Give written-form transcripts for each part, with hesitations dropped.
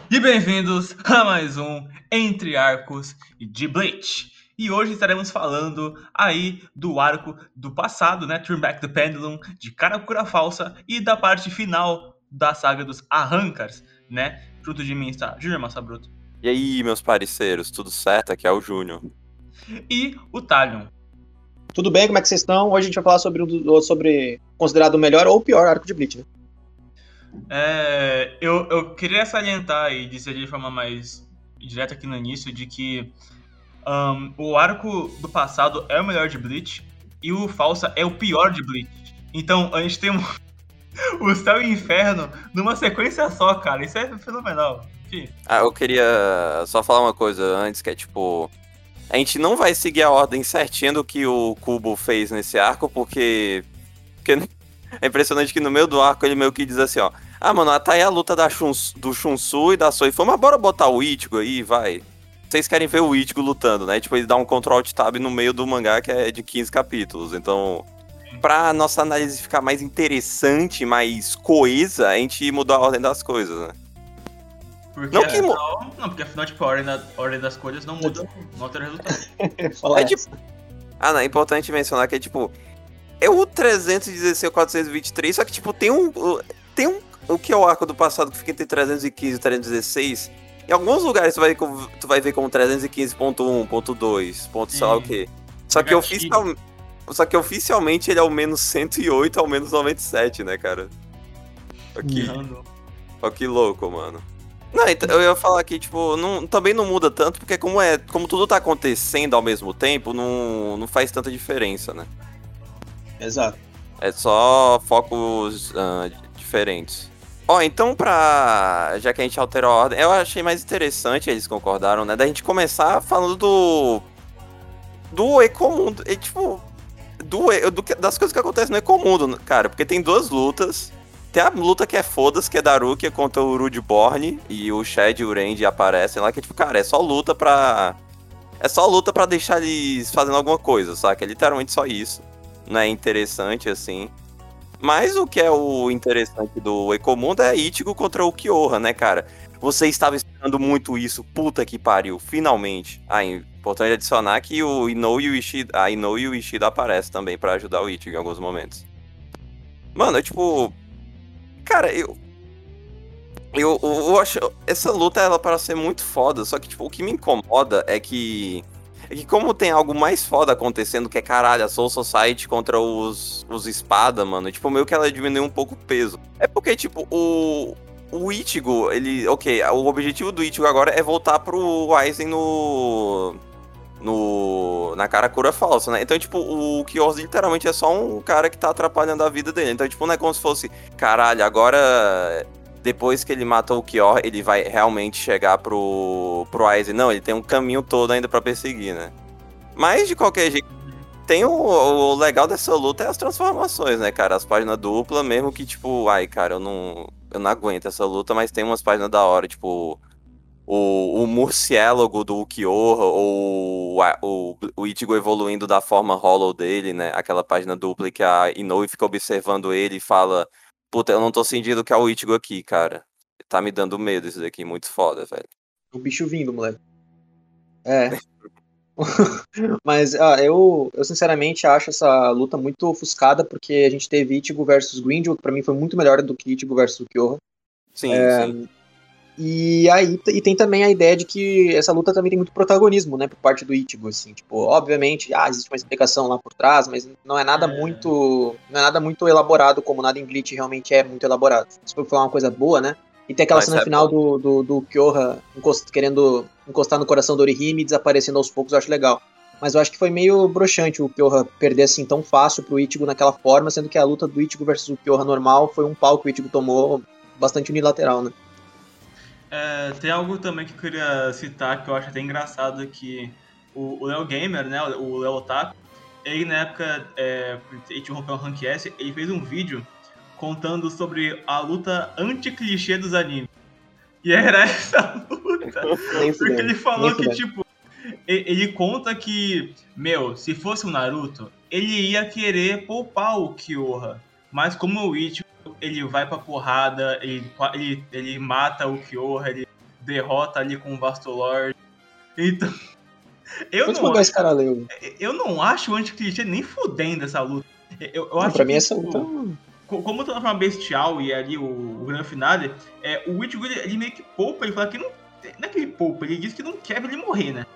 E bem-vindos a mais um Entre Arcos de Bleach. E hoje estaremos falando aí do arco do passado, né? Turn Back the Pendulum, de Karakura Falsa e da parte final da saga dos Arrancars, né? Junto de mim está Júnior Massabruto E aí, meus parceiros, tudo certo? Aqui é o Júnior. e o Talion. Tudo bem? Como é que vocês estão? Hoje a gente vai falar sobre considerado o melhor ou o pior arco de Bleach, né? Eu queria salientar e dizer de forma mais direta aqui no início de que o arco do passado é o melhor de Bleach e o Falsa é o pior de Bleach. Então a gente tem o céu e o inferno numa sequência só, cara. Isso é fenomenal. Enfim. Eu queria só falar uma coisa antes, que é tipo... A gente não vai seguir a ordem certinha do que o Kubo fez nesse arco, porque é impressionante que no meio do arco ele meio que diz assim, ó... Ah, mano, tá aí a luta do Shunsu e da Soifou, mas bora botar o Ichigo aí, vai. Vocês querem ver o Ichigo lutando, né? Tipo, ele dá um Ctrl-Alt-Tab no meio do mangá que é de 15 capítulos, então... Pra nossa análise ficar mais interessante, mais coesa, a gente mudou a ordem das coisas, né? Porque Não que afinal, tipo, a ordem das coisas não muda, não altera o resultado. Falar É tipo... não, é importante mencionar que é tipo... É o 316 e o 423, só que tipo, o que é o arco do passado que fica entre 315 e 316. Em alguns lugares tu vai ver como 315.1, ponto 2, ponto sei lá o quê. Só que, oficialmente ele é o menos 108 ao menos 97, né, cara? Ó que louco, mano. Não, então, eu ia falar que, tipo, também não muda tanto, porque como tudo tá acontecendo ao mesmo tempo, não faz tanta diferença, né? Exato. É só focos diferentes. Então já que a gente alterou a ordem, eu achei mais interessante, eles concordaram, né? Da gente começar falando do Ecomundo, tipo, das coisas que acontecem no Ecomundo, cara, porque tem duas lutas. Tem a luta que é foda-se, que é da Rukia contra o Rudeborn, e o Shed e o Randy aparecem lá, que tipo, cara, é só luta pra deixar eles fazendo alguma coisa, saca? É literalmente só isso. Não é interessante, assim. Mas o que é o interessante do Ecomundo é Ichigo contra o Kyoha, né, cara? Você estava esperando muito isso, puta que pariu, finalmente. Importante adicionar que o Inou e o Ishida aparecem também pra ajudar o Ichigo em alguns momentos. Mano, tipo... Cara, eu acho essa luta ela parece ser muito foda, só que tipo, o que me incomoda é que como tem algo mais foda acontecendo, que é caralho, a Soul Society contra os espada, mano, tipo, meio que ela diminuiu um pouco o peso. É porque, tipo, o Ichigo, o objetivo do Ichigo agora é voltar pro Aizen na Karakura falsa, né? Então, tipo, o Kyorz literalmente é só um cara que tá atrapalhando a vida dele. Então, tipo, não é como se fosse, caralho, agora, depois que ele matou o Kyorr, ele vai realmente chegar pro Aizen. Não, ele tem um caminho todo ainda pra perseguir, né? Mas, de qualquer jeito, tem o legal dessa luta é as transformações, né, cara? As páginas duplas, mesmo que, tipo, cara, eu não aguento essa luta, mas tem umas páginas da hora, tipo... O Murciélago do Kyoha, ou o Ichigo evoluindo da forma Hollow dele, né? Aquela página dupla que a Inoue fica observando ele e fala: Puta, eu não tô sentindo que é o Ichigo aqui, cara. Tá me dando medo isso daqui, muito foda, velho. O bicho vindo, moleque. Mas eu sinceramente acho essa luta muito ofuscada, porque a gente teve Ichigo versus Grindel, que pra mim foi muito melhor do que Ichigo versus Kyoha. Sim. E aí e tem também a ideia de que essa luta também tem muito protagonismo, né, por parte do Ichigo, assim, tipo, obviamente, existe uma explicação lá por trás, mas não é nada muito elaborado, como nada em Bleach realmente é muito elaborado. Se for falar uma coisa boa, né? E tem aquela cena final do Kyoha querendo encostar no coração do Orihime e desaparecendo aos poucos, eu acho legal. Mas eu acho que foi meio broxante o Kyoha perder assim tão fácil pro Ichigo naquela forma, sendo que a luta do Ichigo versus o Kyoha normal foi um pau que o Ichigo tomou bastante unilateral, né? Tem algo também que eu queria citar que eu acho até engraçado, que o Léo Gamer, né, o Léo Otaku, ele na época, ele tinha um Rank S, ele fez um vídeo contando sobre a luta anti-clichê dos animes. E era essa luta. Porque ele falou que, tipo, ele conta que, se fosse o Naruto, ele ia querer poupar o Kyoha. Mas como o Ichigo, ele vai pra porrada, ele mata o Kyoha, ele derrota ali com o Bastolord. Então, Quantos mangás esse cara leu? eu não acho o anti-clichê nem fudendo essa luta. Eu acho pra que, mim essa tipo, luta... como tá na forma bestial e ali o grande finale, o Ichigo ele meio que poupa, ele fala que não é que ele poupa, ele diz que não quer ver ele morrer, né?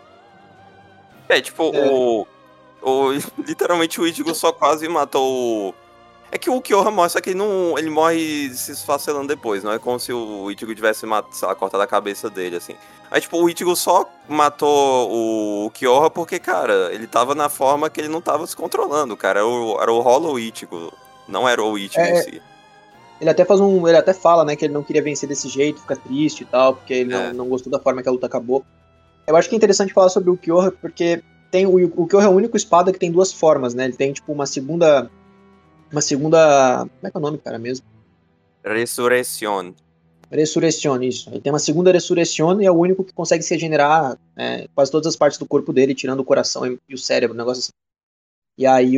Literalmente o Ichigo só quase matou o... É que o Kyoha mostra que ele morre se esfacelando depois, não é como se o Ichigo tivesse cortado a cabeça dele, assim. Aí, tipo, o Ichigo só matou o Kyoha porque, cara, ele tava na forma que ele não tava se controlando, cara. Era o Hollow Ichigo, não era o Ichigo em si. Ele até fala, né, que ele não queria vencer desse jeito, fica triste e tal, porque ele não gostou da forma que a luta acabou. Eu acho que é interessante falar sobre o Kyoha, porque o Kyoha é o único espada que tem duas formas, né? Ele tem, tipo, uma segunda... Como é que é o nome, cara, mesmo? Resurrection. Resurrection, isso. Ele tem uma segunda Resurrection e é o único que consegue se regenerar quase todas as partes do corpo dele, tirando o coração e o cérebro, um negócio assim. E aí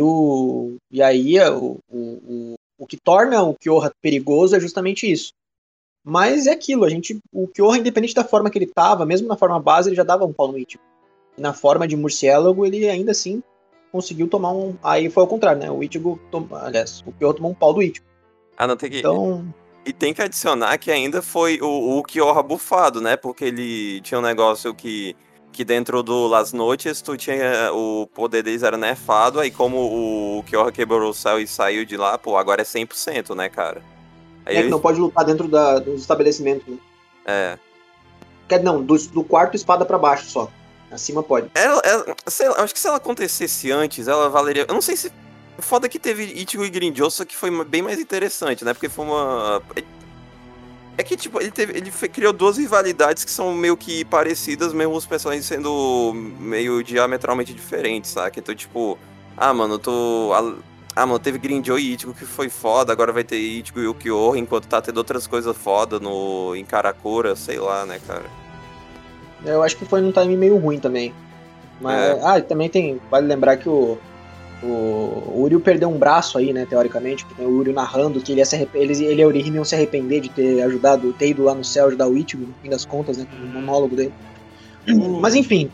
o que torna o Kyoha perigoso é justamente isso. Mas é aquilo, o Kyoha, independente da forma que ele tava, mesmo na forma base, ele já dava um pau no Ichigo. E na forma de murciélago, ele ainda assim conseguiu tomar um... Aí foi ao contrário, né? O Kyoha tomou um pau do Ichigo. Ah, não, tem que... Então... E tem que adicionar que ainda foi o Kyoha bufado, né? Porque ele tinha um negócio que dentro do Las Noites, o poder deles era nerfado, aí como o Kyoha quebrou o céu e saiu de lá, pô, agora é 100%, né, cara? Aí que não pode lutar dentro dos estabelecimentos, né? É. Não, do quarto espada pra baixo só. Acima pode. Sei lá, acho que se ela acontecesse antes, ela valeria... Eu não sei se... Foda que teve Ichigo e Grindjoso, que foi bem mais interessante, né? Porque foi uma... É que, tipo, criou duas rivalidades que são meio que parecidas, mesmo os personagens sendo meio diametralmente diferentes, saca? Então, tipo... mano, teve Grindjoy e Ichigo que foi foda, agora vai ter Ichigo e Ukiyo, enquanto tá tendo outras coisas foda em Karakura, sei lá, né, cara? Eu acho que foi num time meio ruim também. Mas, também vale lembrar que o Uryu perdeu um braço aí, né, teoricamente, porque tem o Uryu narrando que ele e a Orihime iam se arrepender de ter ido lá no céu ajudar o Ichigo, no fim das contas, né, com o monólogo dele. Mas enfim.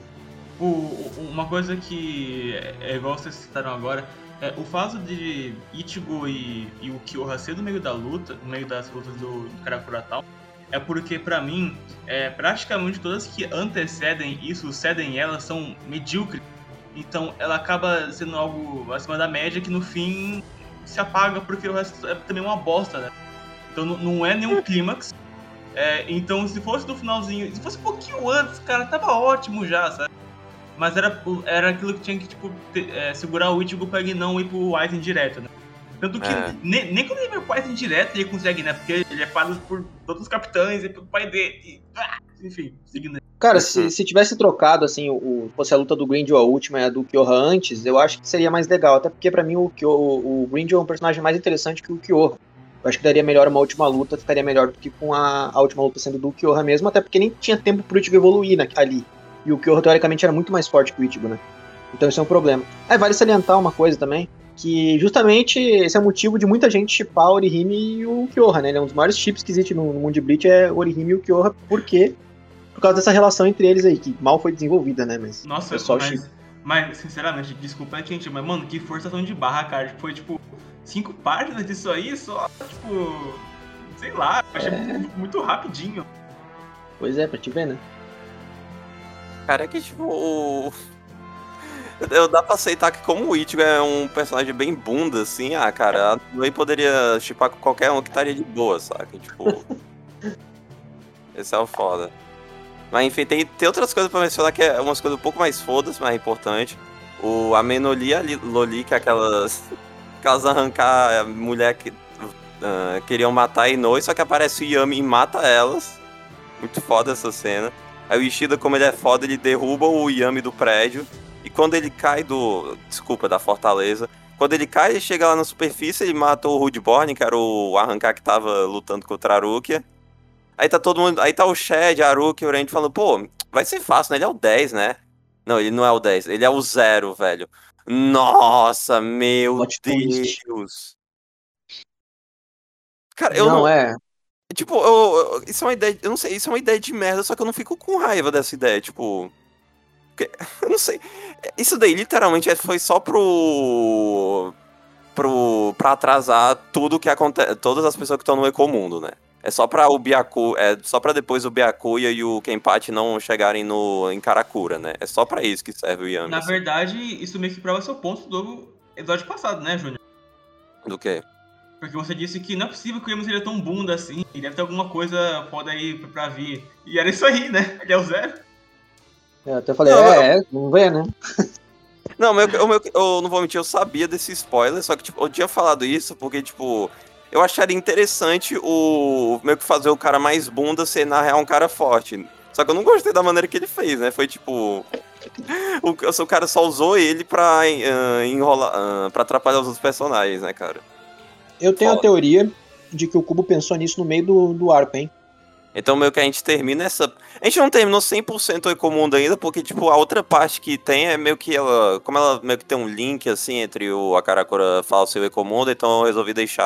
Uma coisa que é igual vocês citaram agora, o fato de Ichigo e o Kyoha ser no meio das lutas do Karakura tal, é porque, pra mim, praticamente todas que antecedem e sucedem elas são medíocres. Então, ela acaba sendo algo acima da média que, no fim, se apaga porque o resto é também uma bosta, né? Então, não é nenhum clímax. Então, se fosse no finalzinho, se fosse um pouquinho antes, cara, tava ótimo já, sabe? Mas era aquilo que tinha que, tipo, segurar o Ichigo pra ele não ir pro Aizen direto, né? Tanto que nem quando ele vai pro Aizen direto ele consegue, né? Porque ele é pago por todos os capitães e pelo pai dele. Enfim, seguindo. Cara, se tivesse trocado, assim, fosse a luta do Grindel a última e a do Kyoha antes, eu acho que seria mais legal. Até porque, pra mim, o Grindel é um personagem mais interessante que o Kyoha. Eu acho que daria melhor uma última luta, ficaria melhor do que com a última luta sendo do Kyoha mesmo, até porque nem tinha tempo pro Ichigo evoluir ali. E o Kyoha, teoricamente, era muito mais forte que o Ichigo, né? Então isso é um problema. Vale salientar uma coisa também, que justamente esse é o motivo de muita gente shippar o Orihime e o Kyoha, né? Ele é um dos maiores chips que existe no mundo de Bleach, é o Orihime e o Kyoha, por causa dessa relação entre eles aí, que mal foi desenvolvida, né? Mas nossa, mas sinceramente, desculpa, gente, mas, mano, que forçação de barra, cara. Foi, tipo, 5 páginas disso aí, só, tipo, sei lá, achei muito rapidinho. Pois é, pra te ver, né? Cara, é que, tipo, dá pra aceitar que como o Ichigo é um personagem bem bunda, assim, cara, a Toei poderia shippar com qualquer um que estaria de boa, saca? Tipo, esse é o foda. Mas enfim, tem outras coisas pra mencionar que é umas coisas um pouco mais fodas, mas é importante. A Menoli e a Loli, que é aquelas arrancar a mulher que queriam matar a Inoue, só que aparece o Yami e mata elas. Muito foda essa cena. Aí o Ishida, como ele é foda, ele derruba o Yami do prédio. E quando ele cai da fortaleza. Quando ele cai, ele chega lá na superfície, ele mata o Rudborn, que era o Arrancar que tava lutando contra a Arukia. Aí tá todo mundo. Aí tá o Shed, a Arukia e o Randy falando, pô, vai ser fácil, né? Ele é o 10, né? Não, ele não é o 10, ele é o 0, velho. Nossa, meu Deus. Cara, eu não. Tipo, isso é uma ideia, eu não sei, isso é uma ideia de merda, só que eu não fico com raiva dessa ideia, tipo... Eu não sei, isso daí literalmente foi só pra atrasar tudo que acontece, todas as pessoas que estão no Ecomundo, né? É só pra o Byakuya, só pra depois o Byakuya e o Kenpachi não chegarem em Karakura, né? É só pra isso que serve o Yami. Na verdade, isso meio que prova seu ponto do episódio passado, né, Júnior? Do quê? Porque você disse que não é possível que o Yami seja tão bunda assim, e deve ter alguma coisa foda aí pra vir. E era isso aí, né? Ele é o Zero. Eu até falei, vamos ver, né? Não, eu não vou mentir, eu sabia desse spoiler, só que, tipo, eu tinha falado isso porque, tipo, eu acharia interessante meio que fazer o cara mais bunda ser, na real, um cara forte. Só que eu não gostei da maneira que ele fez, né? Foi, tipo... o cara só usou ele pra enrolar, pra atrapalhar os outros personagens, né, cara? Eu tenho a teoria de que o Kubo pensou nisso no meio do arco, hein? Então, meio que a gente termina essa... A gente não terminou 100% o Ecomundo ainda, porque, tipo, a outra parte que tem é meio que ela... Como ela meio que tem um link, assim, entre a Karakura falsa e o Ecomundo, então eu resolvi deixar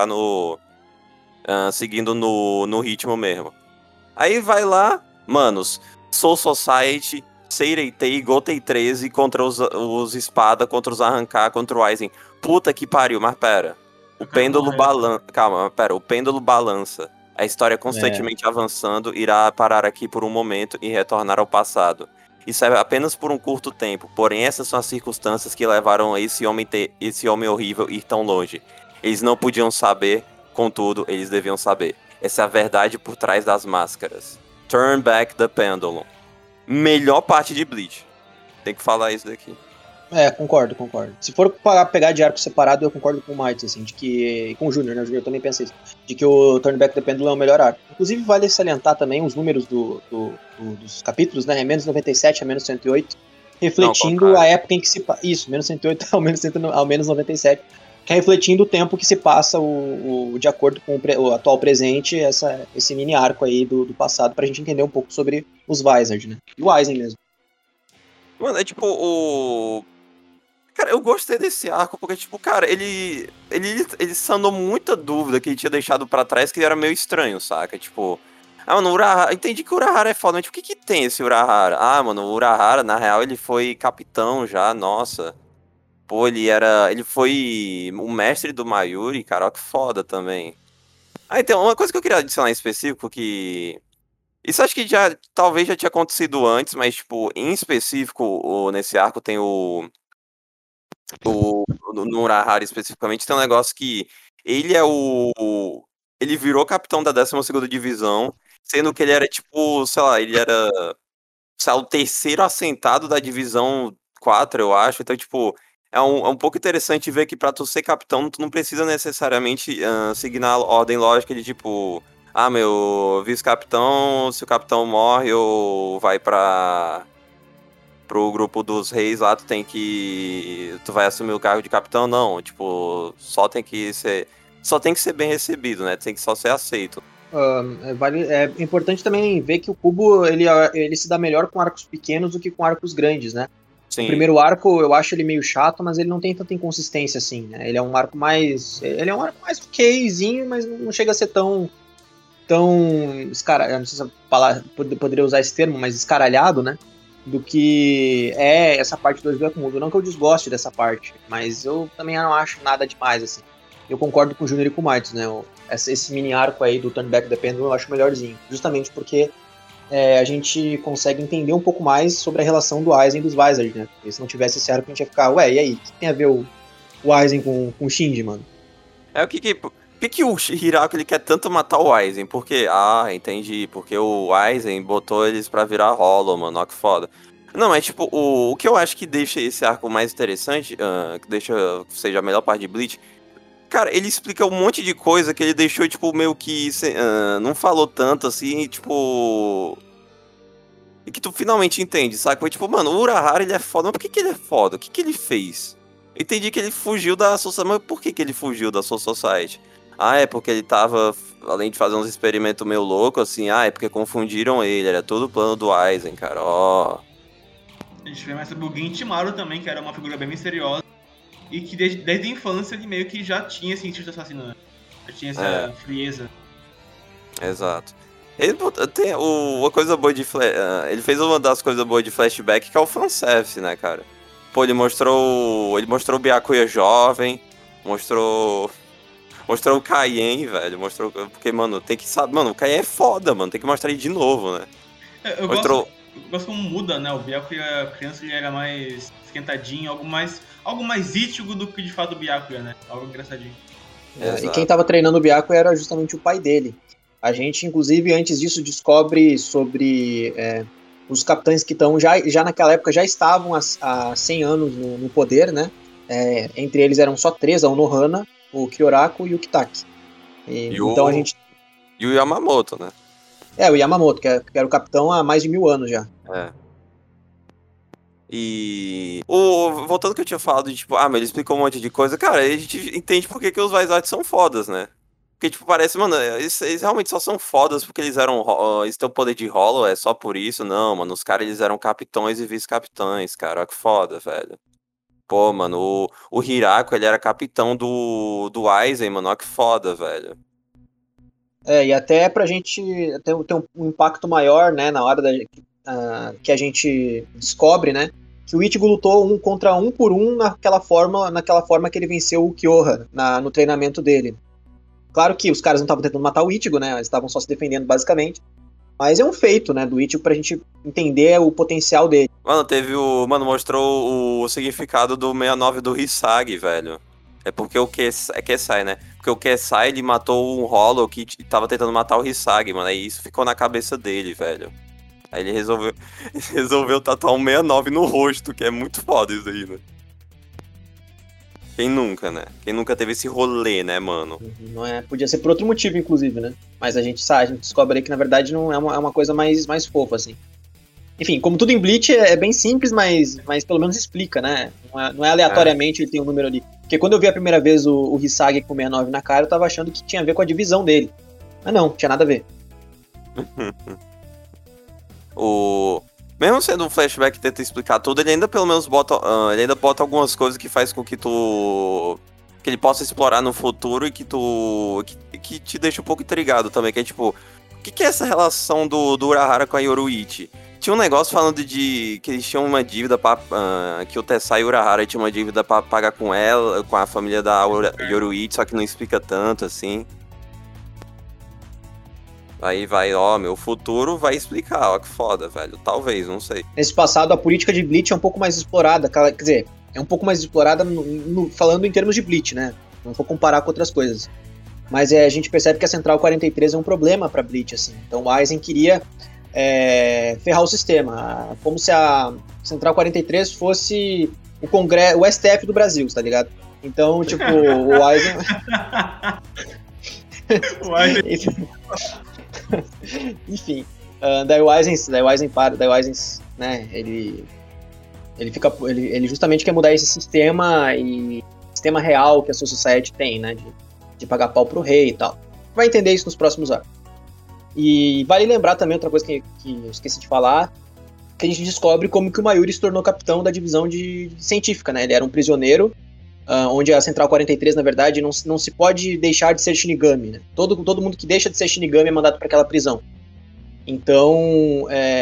seguindo no ritmo mesmo. Aí vai lá, manos, Soul Society, Seireitei, Gotei 13 contra os Espada, contra os Arrancar, contra o Aizen. Puta que pariu, mas pera. O pêndulo balança... Calma, mas pera, o pêndulo balança. A história constantemente avançando irá parar aqui por um momento e retornar ao passado. Isso é apenas por um curto tempo, porém essas são as circunstâncias que levaram esse homem horrível ir tão longe. Eles não podiam saber, contudo, eles deviam saber. Essa é a verdade por trás das máscaras. Turn back the pendulum. Melhor parte de Bleach. Tem que falar isso daqui. Concordo. Se for pegar de arco separado, eu concordo com o Mites, assim, de que... Com o Júnior, né? O Júnior também pensa isso. De que o Turn Back the Pendulum é o melhor arco. Inclusive, vale salientar também os números dos capítulos, né? É menos 97 a menos 108. Refletindo a época em que se... Isso, menos 108 ao menos 97. Que é refletindo o tempo que se passa de acordo com o atual presente, esse mini arco aí do passado, pra gente entender um pouco sobre os Vizard, né? E o Aizen mesmo. Mano, é tipo Cara, eu gostei desse arco, porque, tipo, cara, ele sanou muita dúvida que ele tinha deixado pra trás, que era meio estranho, saca? Tipo, mano, o Urahara... Entendi que o Urahara é foda, mas tipo, o que tem esse Urahara? Mano, o Urahara, na real, ele foi capitão já, nossa. Pô, ele foi o mestre do Mayuri, cara, ó que foda também. Então, uma coisa que eu queria adicionar em específico, que... Isso acho que talvez já tinha acontecido antes, mas, tipo, em específico, nesse arco tem no Urahara especificamente, tem um negócio que ele ele virou capitão da 12ª divisão, sendo que ele era tipo, sei lá, o terceiro assentado da divisão 4, eu acho. Então, tipo, é um pouco interessante ver que pra tu ser capitão, tu não precisa necessariamente seguir na ordem lógica de tipo, meu vice-capitão, se o capitão morre ou vai pro grupo dos reis lá, tu vai assumir o cargo de capitão, não, tipo, só tem que ser bem recebido, né, tem que só ser aceito. É importante também ver que o Kubo, ele se dá melhor com arcos pequenos do que com arcos grandes, né? Sim. O primeiro arco, eu acho ele meio chato, mas ele não tem tanta inconsistência assim, né? Ele é um arco mais okzinho, mas não chega a ser tão escaralhado, não sei se poderia usar esse termo, mas escaralhado, né? Do que é essa parte 2 do Ecomundo. Não que eu desgoste dessa parte, mas eu também não acho nada demais, assim. Eu concordo com o Júnior e com o Mites, né? Esse mini arco aí do Turn Back the Pendulum eu acho melhorzinho. Justamente porque a gente consegue entender um pouco mais sobre a relação do Aizen e dos Vizard, né? Porque se não tivesse esse arco, a gente ia ficar, e aí? O que tem a ver o Aizen com o Shinji, mano? Por que o Hiraku ele quer tanto matar o Aizen? Porque, entendi. Porque o Aizen botou eles pra virar Hollow, mano. Ó, que foda. Não, é tipo, o que eu acho que deixa esse arco mais interessante, que seja a melhor parte de Bleach, cara, ele explica um monte de coisa que ele deixou, tipo, meio que não falou tanto, assim, tipo... E que tu finalmente entende, sabe? Foi tipo, mano, o Urahara, ele é foda, mas por que ele é foda? O que ele fez? Eu entendi que ele fugiu da Society, mas por que ele fugiu da Soul Society? É porque ele tava, além de fazer uns experimentos meio loucos, assim, é porque confundiram ele, era todo o plano do Aizen, cara, ó. A gente vê mais sobre o Gintimaru também, que era uma figura bem misteriosa, e que desde a infância ele meio que já tinha esse instinto assassino, já tinha essa frieza. Exato. Tem uma coisa boa de ele fez uma das coisas boas de flashback que é o fanservice, né, cara? Pô, ele mostrou o Byakuya jovem, mostrou o Kaien, velho, porque, mano, tem que saber, mano, o Kaien é foda, mano, tem que mostrar ele de novo, né? Eu Mostrou, gosto como muda, né? O Byakuya criança ele era mais esquentadinho, algo mais ítigo do que de fato o Byakuya, né? Algo engraçadinho. E quem estava treinando o Byakuya era justamente o pai dele. A gente, inclusive, antes disso, descobre sobre os capitães que estão já naquela época já estavam há 100 anos no poder, né? Entre eles eram só 3, a Onohana, o Kyoraku e o Kitaki. Então a gente... E o Yamamoto, né? O Yamamoto, que era o capitão há mais de 1000 anos já. E... voltando ao que eu tinha falado, de, tipo, mas ele explicou um monte de coisa, cara, a gente entende por que os Vizards são fodas, né? Porque, tipo, parece, mano, eles realmente só são fodas porque eles eles têm o poder de Hollow, é só por isso? Não, mano, os caras, eles eram capitães e vice-capitães, cara, olha que foda, velho. Pô, mano, o Hirako, ele era capitão do Aizen, mano, olha que foda, velho. E até pra gente ter um impacto maior, né, na hora que a gente descobre, né, que o Ichigo lutou 1 contra 1 por 1 naquela forma que ele venceu o Kyoha no treinamento dele. Claro que os caras não estavam tentando matar o Ichigo, né? Eles estavam só se defendendo, basicamente. Mas é um feito, né, do Ichigo pra gente entender o potencial dele. Mano, mostrou o significado do 69 do Hisagi, velho. É porque o Kesai, né? Porque o Kesai, ele matou um Hollow que tava tentando matar o Hisagi, mano. Aí isso ficou na cabeça dele, velho. Aí ele resolveu tatuar um 69 no rosto, que é muito foda isso aí, né? Quem nunca, né? Quem nunca teve esse rolê, né, mano? Não podia ser por outro motivo, inclusive, né? Mas a gente descobre aí que, na verdade, não é uma coisa mais fofa, assim. Enfim, como tudo em Bleach, é bem simples, mas pelo menos explica, né? Não é aleatoriamente ele tem um número ali. Porque quando eu vi a primeira vez o Hisagi com 69 na cara, eu tava achando que tinha a ver com a divisão dele. Mas não tinha nada a ver. Mesmo sendo um flashback que tenta explicar tudo, ele ainda pelo menos bota algumas coisas que faz com que que ele possa explorar no futuro e que te deixa um pouco intrigado também, que é tipo, o que é essa relação do Urahara com a Yoruichi? Tinha um negócio falando que eles tinham uma dívida que o Tessai e o Urahara tinham uma dívida pra pagar com ela, com a família da Yoruichi, só que não explica tanto, assim. Aí meu futuro vai explicar, ó, que foda, velho. Talvez, não sei. Nesse passado, a política de Bleach é um pouco mais explorada, quer dizer, é um pouco mais explorada falando em termos de Bleach, né? Não vou comparar com outras coisas. Mas a gente percebe que a Central 43 é um problema pra Bleach, assim. Então o Aizen queria ferrar o sistema, como se a Central 43 fosse o STF do Brasil, tá ligado? Então, tipo, o Aizen... Enfim, daí o Aizen para, né, ele justamente quer mudar esse sistema real que a Soul Society tem, né, de pagar pau pro rei e tal. Vai entender isso nos próximos arcos. E vale lembrar também outra coisa que eu esqueci de falar, que a gente descobre como que o Mayuri se tornou capitão da divisão de científica, né, ele era um prisioneiro, onde a Central 43, na verdade, não se pode deixar de ser Shinigami, né? Todo mundo que deixa de ser Shinigami é mandado para aquela prisão. Então,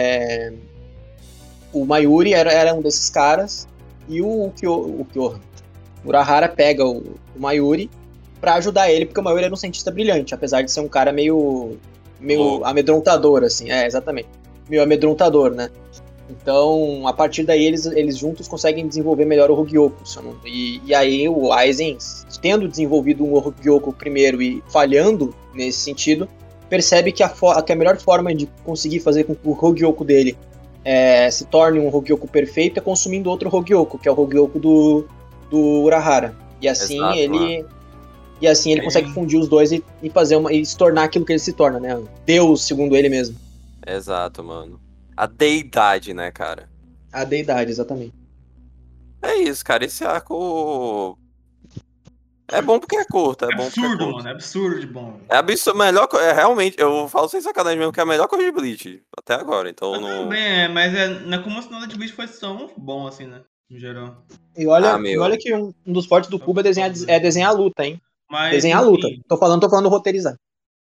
o Mayuri era um desses caras, e o Urahara pega o Mayuri para ajudar ele, porque o Mayuri era um cientista brilhante, apesar de ser um cara meio amedrontador, assim. Exatamente. Meio amedrontador, né? Então, a partir daí, eles juntos conseguem desenvolver melhor o Hogyoku. E aí, o Aizen, tendo desenvolvido um Hogyoku primeiro e falhando nesse sentido, percebe que a melhor forma de conseguir fazer com que o Hogyoku dele se torne um Hogyoku perfeito é consumindo outro Hogyoku, que é o Hogyoku do Urahara. E assim ele consegue fundir os dois e se tornar aquilo que ele se torna, né? Deus, segundo ele mesmo. Exato, mano. A deidade, né, cara? A deidade, exatamente. É isso, cara. Esse arco é bom porque é curto. É bom absurdo, porque é curto. Mano. É absurdo de bom. É absurdo. Realmente, eu falo sem sacanagem mesmo que é a melhor coisa de Bleach. Até agora, então não... Também mas não é como se nada de Bleach fosse tão bom assim, né? No geral. E olha que um dos fortes do Cubo é desenhar a luta, hein? Desenhar a luta. Tô falando roteirizar.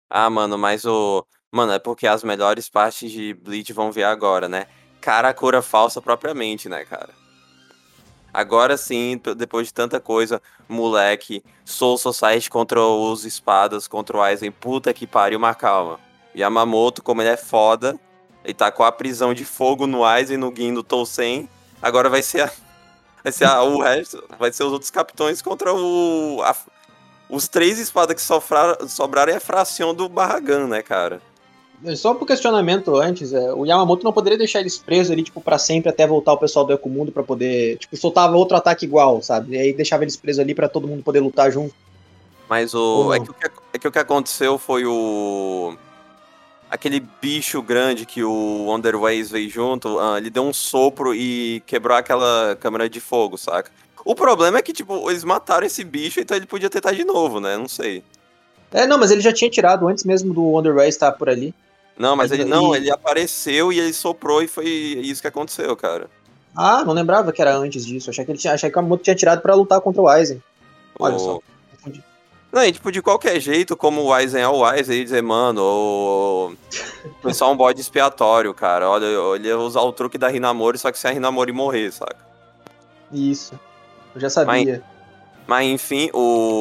Ah, mano, mas o. Mano, é porque as melhores partes de Bleach vão vir agora, né? Karakura falsa propriamente, né, cara? Agora sim, depois de tanta coisa, moleque, Soul Society contra os espadas, contra o Aizen, puta que pariu, mas calma. Yamamoto, como ele é foda, ele tá com a prisão de fogo no Aizen, no Gin, no Tousen. Agora o resto, vai ser os outros capitões contra os 3 espadas que sobraram é a fração do Barragan, né, cara? Só pro questionamento antes, o Yamamoto não poderia deixar eles presos ali, tipo, pra sempre, até voltar o pessoal do Ekumundo pra poder, tipo, soltava outro ataque igual, sabe? E aí deixava eles presos ali pra todo mundo poder lutar junto, Mas ou o. não? É que o que aconteceu foi o. Aquele bicho grande que o Underways veio junto, ele deu um sopro e quebrou aquela câmera de fogo, saca? O problema é que, tipo, eles mataram esse bicho, então ele podia tentar de novo, né? Não sei. Não, mas ele já tinha tirado antes mesmo do Underway estar por ali. Não, mas E, ele apareceu e ele soprou e foi isso que aconteceu, cara. não lembrava que era antes disso. Achei que o Yamamoto tinha tirado pra lutar contra o Aizen. Olha só, O... confundi. Não, e tipo, de qualquer jeito, como o Aizen é o Aizen, ele dizer, mano, foi só um bode expiatório, cara. Olha, ele ia usar o truque da Hinamori, só que sem a Hinamori morrer, saca? Isso, eu já Mas, sabia. mas enfim,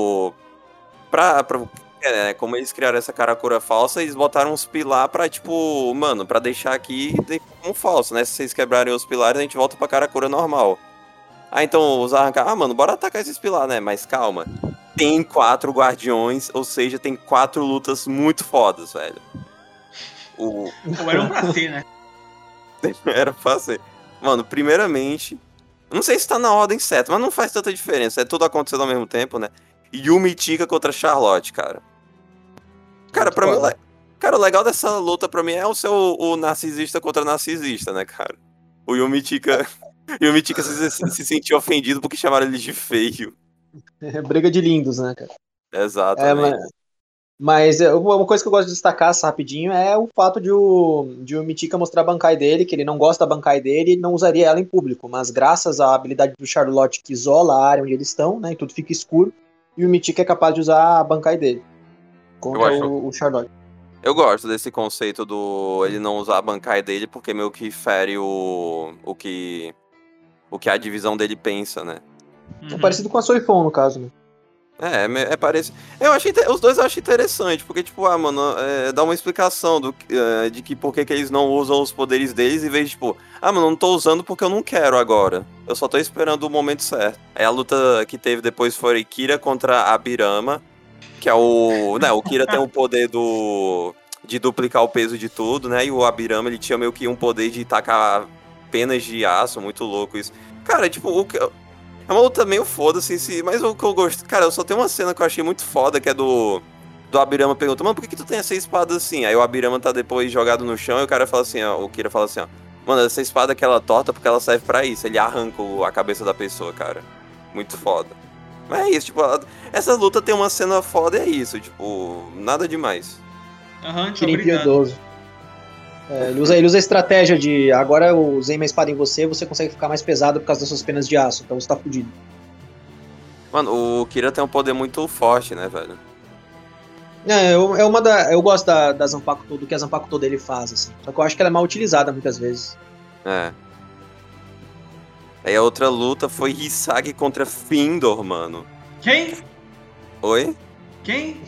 como eles criaram essa Karakura falsa, eles botaram uns pilar pra, tipo, mano, pra deixar aqui como falso, né? Se vocês quebrarem os pilares, a gente volta pra Karakura normal. Ah, então os arrancar. Ah, mano, bora atacar esses pilares, né? Mas calma. Tem 4 guardiões, ou seja, tem 4 lutas muito fodas, velho. Ou era um pra ser, né? Era pra ser. Mano, primeiramente, não sei se tá na ordem certa, mas não faz tanta diferença. É tudo acontecendo ao mesmo tempo, né? Yumi Tika contra Charlotte, cara. Cara, pra mim, Foda. cara, o legal dessa luta pra mim é o narcisista contra narcisista, né, cara? O Yumi Tika, Yumi Tika se sentiu ofendido porque chamaram ele de feio. Briga de lindos, né, cara? É, Exatamente. mas uma coisa que eu gosto de destacar rapidinho é o fato de o Mitika mostrar a Bankai dele, que ele não gosta da Bankai dele e não usaria ela em público, mas graças à habilidade do Charlotte que isola a área onde eles estão, né, e tudo fica escuro, e o Mitika é capaz de usar a Bankai dele Eu contra acho. o Charlotte. Eu gosto desse conceito do ele não usar a Bankai dele, porque meio que fere o que a divisão dele pensa, né? É parecido com a Soifon, no caso, né? É parecido. Os dois eu achei interessante, porque, tipo, mano, dá uma explicação de que por que eles não usam os poderes deles, em vez de, tipo, mano, não tô usando porque eu não quero agora. Eu só tô esperando o momento certo. Aí a luta que teve depois foi Kira contra a Birama, que é o. Né, o Kira tem o poder de duplicar o peso de tudo, né? E o Abirama, ele tinha meio que um poder de tacar penas de aço, muito louco isso. Cara, tipo, é uma luta meio foda-se, mas o que eu gosto. Cara, eu só tenho uma cena que eu achei muito foda, que é do Abirama pergunta, mano, por que tu tem essa espada assim? Aí o Abirama tá depois jogado no chão e o cara fala assim, ó, o Kira fala assim, ó, mano, essa espada que ela torta porque ela serve pra isso. Ele arranca a cabeça da pessoa, cara. Muito foda. Mas é isso, tipo, essa luta tem uma cena foda e é isso, tipo, nada demais. Aham, Kira obrigado. impiedoso. Ele usa a estratégia de agora eu usei minha espada em você, você consegue ficar mais pesado por causa das suas penas de aço, então você tá fudido. Mano, o Kira tem um poder muito forte, né, velho? Eu gosto da Zanpakuto, do que a Zanpakuto dele faz, assim. Só que eu acho que ela é mal utilizada muitas vezes. É. Aí a outra luta foi Hisagi contra Findor, mano. Quem? Oi? Quem?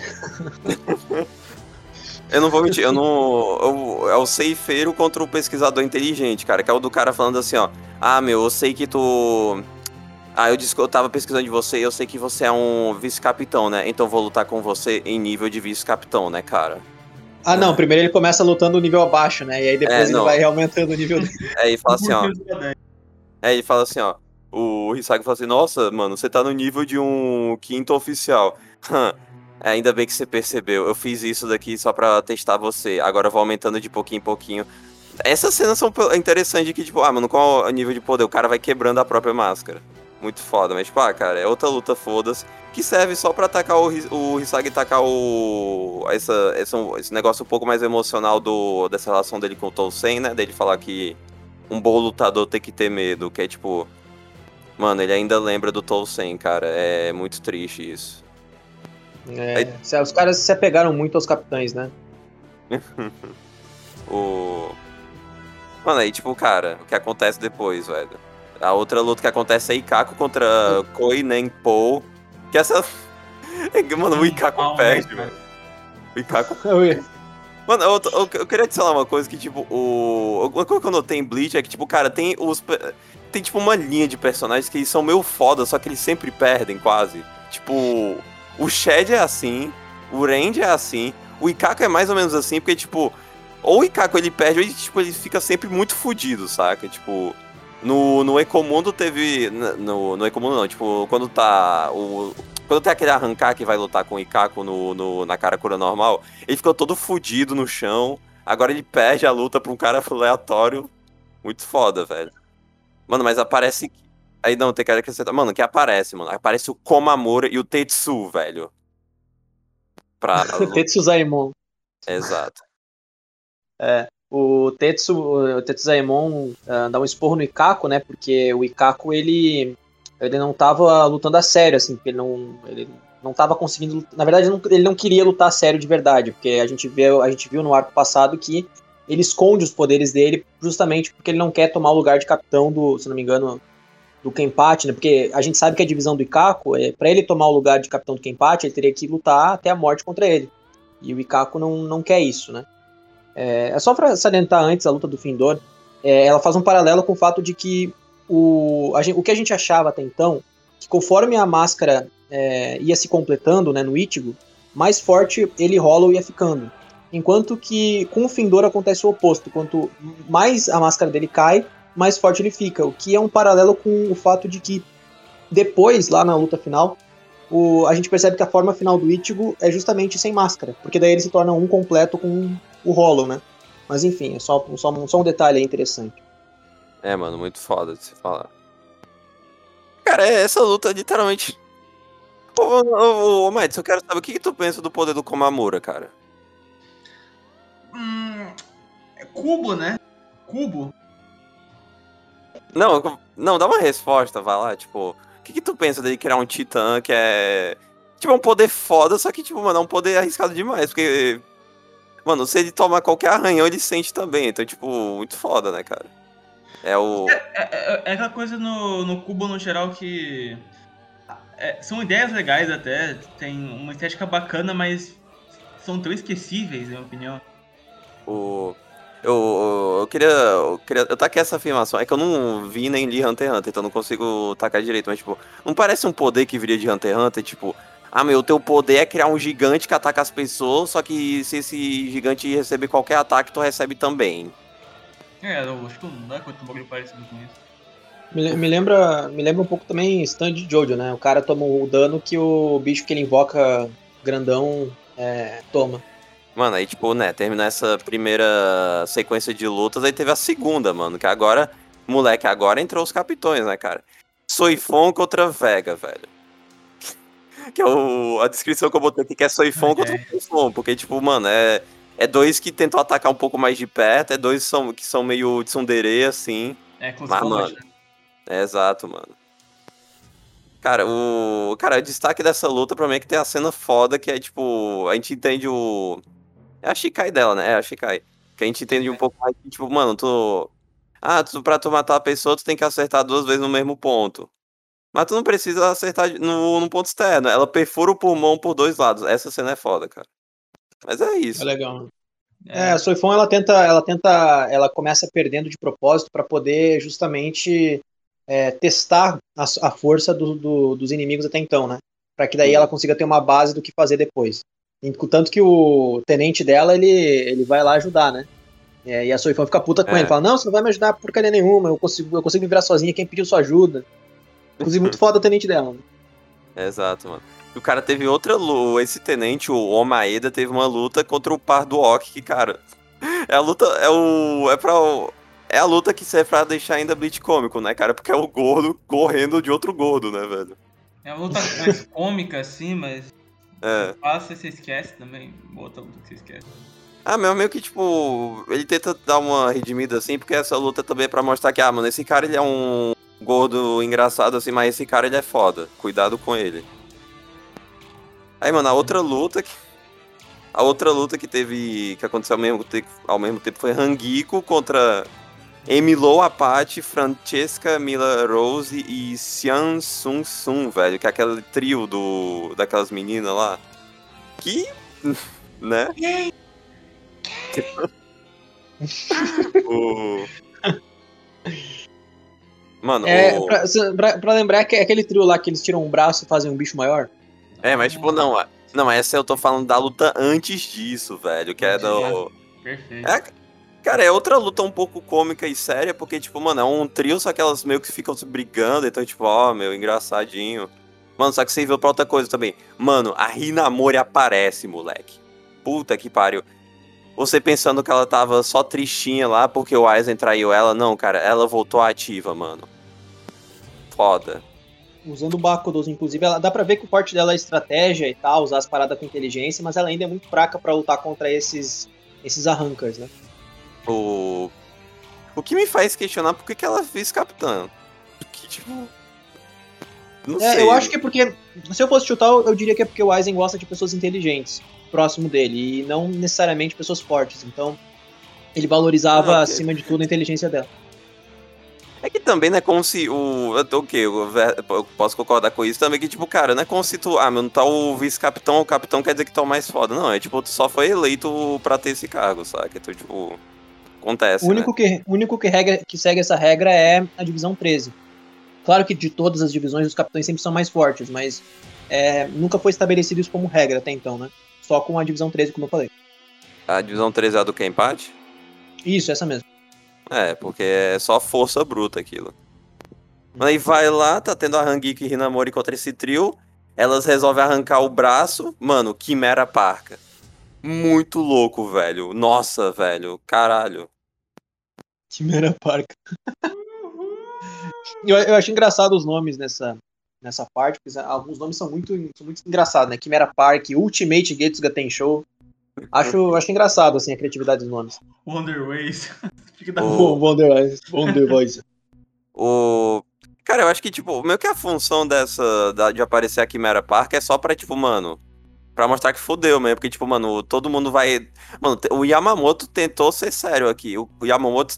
Eu não vou mentir, é o ceifeiro contra o pesquisador inteligente, cara. Que é o do cara falando assim, ó. Ah, meu, eu sei que tu. Ah, eu disse que eu tava pesquisando de você e eu sei que você é um vice-capitão, né? Então vou lutar com você em nível de vice-capitão, né, cara? Não, primeiro ele começa lutando o nível abaixo, né? E aí depois ele não. vai aumentando o nível dele. Aí ele fala assim, ó. Aí ele fala assim, ó. O Hisagi fala assim, nossa, mano, você tá no nível de um quinto oficial. Ainda bem que você percebeu. Eu fiz isso daqui só pra testar você. Agora eu vou aumentando de pouquinho em pouquinho. Essas cenas são interessantes que, tipo, mano, qual é o nível de poder? O cara vai quebrando a própria máscara. Muito foda, mas, tipo, cara, é outra luta foda-se. Que serve só pra atacar o Hisagi tacar esse negócio um pouco mais emocional dessa relação dele com o Tousen, né? Dele falar que um bom lutador tem que ter medo, que é tipo. Mano, ele ainda lembra do Tousen, cara. É muito triste isso. Os caras se apegaram muito aos capitães, né? Mano, aí, tipo, cara, o que acontece depois, velho? A outra luta que acontece é Ikako contra Koi Nenpo. Que essa. Mano, o Ikako perde, velho. O Ikako. Mano, eu queria adicionar uma coisa que, tipo, uma coisa que eu notei em Bleach é que, tipo, cara, tem tipo, uma linha de personagens que eles são meio foda, só que eles sempre perdem, quase. Tipo, o Shed é assim, o Randy é assim, o Ikako é mais ou menos assim, porque, tipo, ou o Ikako ele perde, ou ele, tipo, ele fica sempre muito fudido, saca? Tipo, no Ecomundo teve... No Ecomundo não, tipo, quando tem aquele arrancar que vai lutar com o Ikako na Karakura normal, ele fica todo fudido no chão, agora ele perde a luta pra um cara aleatório. Muito foda, velho. Mano, mas aparece... Aí não, tem cara que você... Mano, que aparece, mano. Aparece o Komamura e o Tetsu, velho. Tetsu Zaemon. Exato. O Tetsuzaemon dá um esporro no Ikako, né? Porque o Ikako, ele não tava lutando a sério, assim, porque ele não tava conseguindo... Na verdade, ele não queria lutar a sério de verdade, porque a gente viu no arco passado que ele esconde os poderes dele justamente porque ele não quer tomar o lugar de capitão se não me engano, do Kenpachi, né? Porque a gente sabe que a divisão do Ikako, pra ele tomar o lugar de capitão do Kenpachi, ele teria que lutar até a morte contra ele. E o Ikako não quer isso, né? É só pra salientar antes a luta do Findor, ela faz um paralelo com o fato de que o que a gente achava até então, que conforme a máscara ia se completando, né, no Ichigo, mais forte ele e Hollow ia ficando. Enquanto que com o Findor acontece o oposto, quanto mais a máscara dele cai, mais forte ele fica, o que é um paralelo com o fato de que depois, lá na luta final, a gente percebe que a forma final do Ichigo é justamente sem máscara, porque daí ele se torna um completo com o Hollow, né? Mas enfim, é só um detalhe aí interessante. Mano, muito foda de se falar. Cara, essa luta literalmente... Ô, Mads, eu quero saber o que tu pensa do poder do Komamura, cara? É cubo, né? Cubo. Não, dá uma resposta, vai lá, tipo... O que tu pensa dele criar um titã que é... Tipo, é um poder foda, só que, tipo, mano, é um poder arriscado demais, porque... Mano, se ele tomar qualquer arranhão, ele sente também, então, tipo, muito foda, né, cara? É aquela coisa no cubo, no geral, que... são ideias legais até, tem uma estética bacana, mas são tão esquecíveis, na minha opinião. Eu queria tacar essa afirmação. É que eu não vi nem li Hunter x Hunter, então não consigo tacar direito. Mas, tipo, não parece um poder que viria de Hunter x Hunter? Tipo, o teu poder é criar um gigante que ataca as pessoas, só que se esse gigante receber qualquer ataque, tu recebe também. Eu acho que não é quanto um bagulho parecido com isso. Me lembra um pouco também Stand de Jojo, né? O cara toma o dano que o bicho que ele invoca grandão toma. Mano, aí, tipo, né, terminou essa primeira sequência de lutas, aí teve a segunda, mano, que agora, moleque, agora entrou os capitões, né, cara? Soifon contra Vega, velho. Que é a descrição que eu botei aqui, que é Soifon contra Soifon, porque, tipo, mano, é dois que tentam atacar um pouco mais de perto, é dois que são meio tsundere, assim. Close mas, combat, mano, exato, mano. Cara, o destaque dessa luta pra mim é que tem a cena foda, que é, tipo, a gente entende É a Shikai dela, né? É a Shikai. Que a gente entende um pouco mais, tipo, mano, pra tu matar a pessoa, tu tem que acertar 2 vezes no mesmo ponto. Mas tu não precisa acertar no ponto externo. Ela perfura o pulmão por 2 lados. Essa cena é foda, cara. Mas é isso. É legal. A Soifon, ela começa perdendo de propósito pra poder justamente testar a força dos inimigos até então, né? Pra que daí ela consiga ter uma base do que fazer depois. Tanto que o tenente dela, ele vai lá ajudar, né? E a Soifon fica puta com ele, fala, não, você não vai me ajudar porcaria nenhuma, eu consigo me virar sozinha, quem pediu sua ajuda? Inclusive, muito foda o tenente dela. Exato, mano. E o cara teve esse tenente, o Omaeda, teve uma luta contra o par do Oki, que, cara, é a luta, é a luta que serve pra deixar ainda Bleach cômico, né, cara? Porque é o gordo correndo de outro gordo, né, velho? É uma luta mais cômica, assim, mas... Passa e você esquece também. Outra luta que você esquece. Meio que, tipo, ele tenta dar uma redimida, assim, porque essa luta também é pra mostrar que, mano, esse cara, ele é um gordo engraçado, assim, mas esse cara, ele é foda. Cuidado com ele. Aí, mano, a outra luta que teve. Que aconteceu ao mesmo tempo foi Hangiko contra Emilou Apache, Francesca Mila Rose e Xian Sun Sun, velho. Que é aquele trio daquelas meninas lá. Que. Né? Mano, pra lembrar que é aquele trio lá que eles tiram um braço e fazem um bicho maior. Mas tipo, não, essa eu tô falando da luta antes disso, velho, que é do... Perfeito. Cara, é outra luta um pouco cômica e séria, porque, tipo, mano, é um trio, só que elas meio que ficam se brigando, então, tipo, meu, engraçadinho. Mano, só que você viu pra outra coisa também. Mano, a Hinamori aparece, moleque. Puta que pariu. Você pensando que ela tava só tristinha lá porque o Aizen traiu ela. Não, cara, ela voltou ativa, mano. Foda. Usando o Bakudos, inclusive, dá pra ver que o forte dela é estratégia e tal, usar as paradas com inteligência, mas ela ainda é muito fraca pra lutar contra esses arrancas, né? O que me faz questionar por que ela fez capitã. Porque, tipo... Não sei. Eu acho que é porque, se eu fosse chutar, eu diria que é porque o Aizen gosta de pessoas inteligentes próximo dele, e não necessariamente pessoas fortes, então ele valorizava acima de tudo a inteligência dela. É que também não é como se eu posso concordar com isso também, que tipo, cara, não é como se tu, não tá o vice-capitão, o capitão quer dizer que tu é o mais foda, não, é tipo, tu só foi eleito pra ter esse cargo, sabe, então tipo, acontece, O único que segue essa regra é a divisão 13. Claro que de todas as divisões os capitães sempre são mais fortes, mas nunca foi estabelecido isso como regra até então, né? Só com a divisão 13, como eu falei. A divisão 13 é a do Kenpachi? Isso, essa mesmo. Porque é só força bruta aquilo. Aí vai lá, tá tendo a Hangiko e Hinamori contra esse trio. Elas resolvem arrancar o braço. Mano, Quimera Parca. Muito louco, velho. Nossa, velho. Caralho. Quimera Parca. Eu acho engraçado os nomes nessa parte, porque alguns nomes são muito engraçados, né? Quimera Park, Ultimate Getsuga Tensho. Acho engraçado, assim, a criatividade dos nomes. Wonderways. Wonderways. Cara, eu acho que, tipo, meio que a função de aparecer a Quimera Park é só pra, tipo, mano, pra mostrar que fodeu mesmo, porque, tipo, mano, todo mundo vai... Mano, o Yamamoto tentou ser sério aqui, o Yamamoto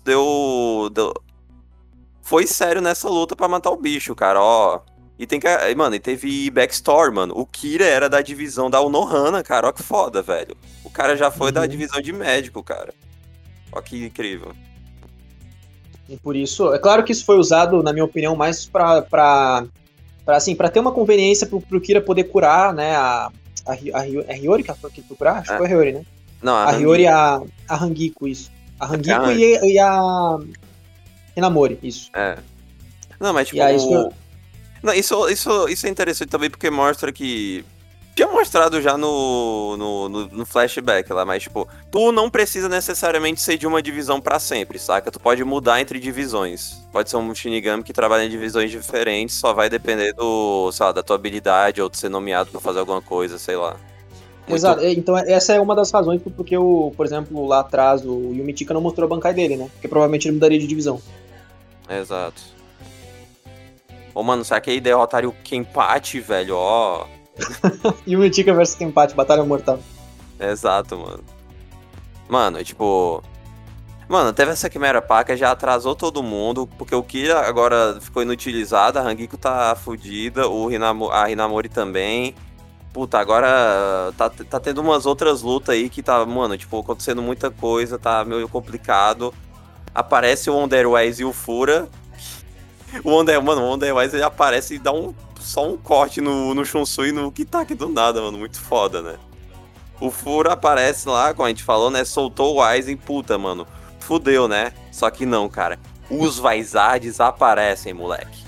foi sério nessa luta pra matar o bicho, cara, ó. E teve backstory, mano. O Kira era da divisão da Unohana, cara, ó que foda, velho. O cara já foi da divisão de médico, cara. Ó que incrível. E por isso, é claro que isso foi usado, na minha opinião, mais pra ter uma conveniência pro Kira poder curar, né, a Hiyori que foi curar? Acho que foi a Hiyori, né? Não, a Hiyori e a Hangiko, isso. A Hangiko e a Hinamori, isso. Não, mas tipo... E aí, Não, isso é interessante também porque mostra que... Tinha mostrado já no flashback lá, mas tipo, tu não precisa necessariamente ser de uma divisão pra sempre, saca? Tu pode mudar entre divisões. Pode ser um Shinigami que trabalha em divisões diferentes, só vai depender da tua habilidade ou de ser nomeado pra fazer alguma coisa, sei lá. Exato, então essa é uma das razões porque por exemplo, lá atrás o Yumichika não mostrou a Bankai dele, né? Porque provavelmente ele mudaria de divisão. Exato. Mano, será que aí derrotaria o Kenpachi, velho? Ó... Yumichika vs Kenpachi, Batalha Mortal. Exato, mano. Mano, tipo... Mano, teve essa Quimera Parca, já atrasou todo mundo, porque o Kira agora ficou inutilizado, a Hangiko tá fodida, a Hinamori também. Puta, agora tá tendo umas outras lutas aí que tá, mano, tipo, acontecendo muita coisa, tá meio complicado. Aparece o Wonderways e o Fura. O Wonderways ele aparece e dá só um corte no Shunsui e no Kitaki do nada, mano. Muito foda, né? O Fura aparece lá, como a gente falou, né? Soltou o Aizen, puta, mano. Fudeu, né? Só que não, cara. Os Vaisardes aparecem, moleque.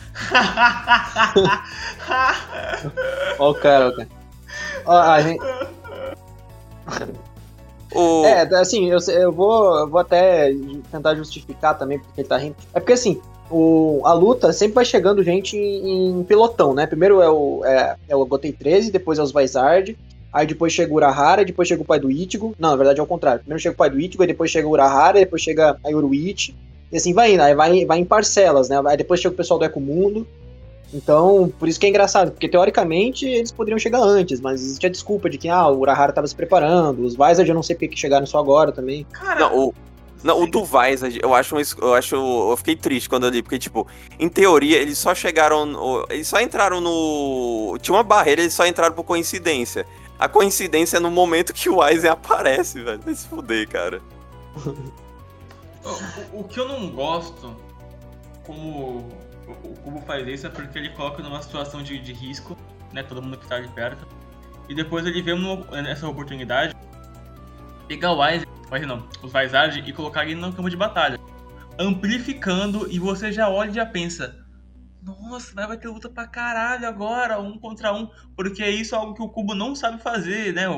Ó o cara. Ó, a gente... assim, eu vou até tentar justificar também porque ele tá rindo. É porque, assim, a luta sempre vai chegando gente em pelotão, né? Primeiro é o Gotei 13, depois é os Vaisard, aí depois chega o Urahara, depois chega o pai do Ichigo. Não, na verdade é o contrário. Primeiro chega o pai do Ichigo, aí depois chega o Urahara, depois chega a Yoruichi. E assim vai indo, aí vai em parcelas, né? Aí depois chega o pessoal do Ecomundo. Então, por isso que é engraçado, porque teoricamente eles poderiam chegar antes, mas existe a desculpa de que o Urahara estava se preparando, os Vizard eu não sei porque que chegaram só agora também. Cara, o do Vizard, eu fiquei triste quando eu li, porque, tipo, em teoria, eles só entraram no... Tinha uma barreira, eles só entraram por coincidência. A coincidência é no momento que o Aizen aparece, velho. Vai se fuder, cara. O que eu não gosto, como o Kubo faz isso, é porque ele coloca numa situação de risco, né, todo mundo que tá de perto, e depois ele vê nessa oportunidade pegar o Aizen, os Vizard, e colocar ele no campo de batalha, amplificando, e você já olha e já pensa, nossa, vai ter luta pra caralho agora, 1 contra 1, porque isso é algo que o Kubo não sabe fazer, né,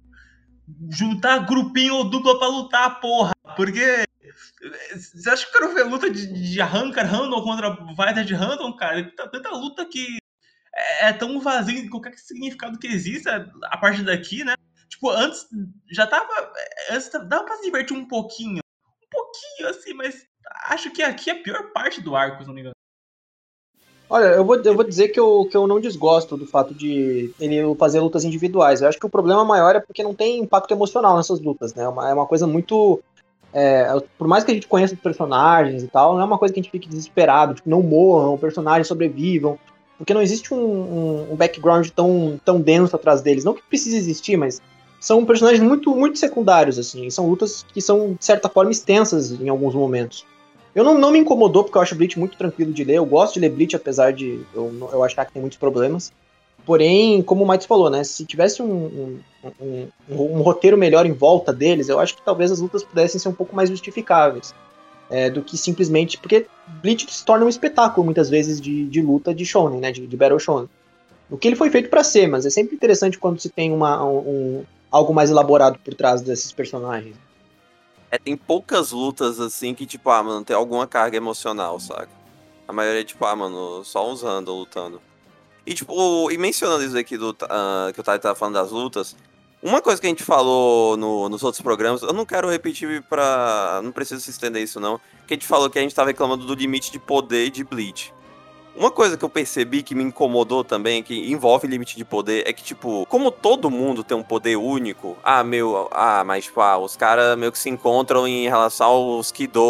juntar grupinho ou dupla pra lutar, porra, porque você acha que eu quero ver luta de Rankar Random contra Vizard Random, cara? Tanta luta que é tão vazio de qualquer significado que exista a partir daqui, né? Tipo, antes já tava. Antes dava pra se divertir um pouquinho. Um pouquinho, assim, mas acho que aqui é a pior parte do arco, se não me engano. Olha, eu vou dizer que eu não desgosto do fato de ele fazer lutas individuais. Eu acho que o problema maior é porque não tem impacto emocional nessas lutas, né? É uma coisa muito... por mais que a gente conheça os personagens e tal, não é uma coisa que a gente fique desesperado, tipo, não morram, personagens sobrevivam, porque não existe um background tão denso atrás deles. Não que precise existir, mas são personagens muito, muito secundários, assim. São lutas que são, de certa forma, extensas em alguns momentos. Eu não me incomodou, porque eu acho Bleach muito tranquilo de ler. Eu gosto de ler Bleach, apesar de eu achar que tem muitos problemas. Porém, como o Matos falou, né? Se tivesse um roteiro melhor em volta deles, eu acho que talvez as lutas pudessem ser um pouco mais justificáveis. Do que simplesmente... Porque Bleach se torna um espetáculo, muitas vezes, de luta de shonen, né? De Battle Shonen. O que ele foi feito pra ser, mas é sempre interessante quando se tem algo mais elaborado por trás desses personagens. Tem poucas lutas, assim, que, tipo, mano, tem alguma carga emocional, saca? A maioria é, tipo, mano, só uns random lutando. E, tipo, mencionando isso aqui que o Tati tava falando das lutas, uma coisa que a gente falou nos outros programas, eu não quero repetir não preciso se estender isso, não, que a gente falou que a gente tava reclamando do limite de poder de Bleach. Uma coisa que eu percebi que me incomodou também, que envolve limite de poder, é que, tipo, como todo mundo tem um poder único, mas, tipo, os caras meio que se encontram em relação aos Kido,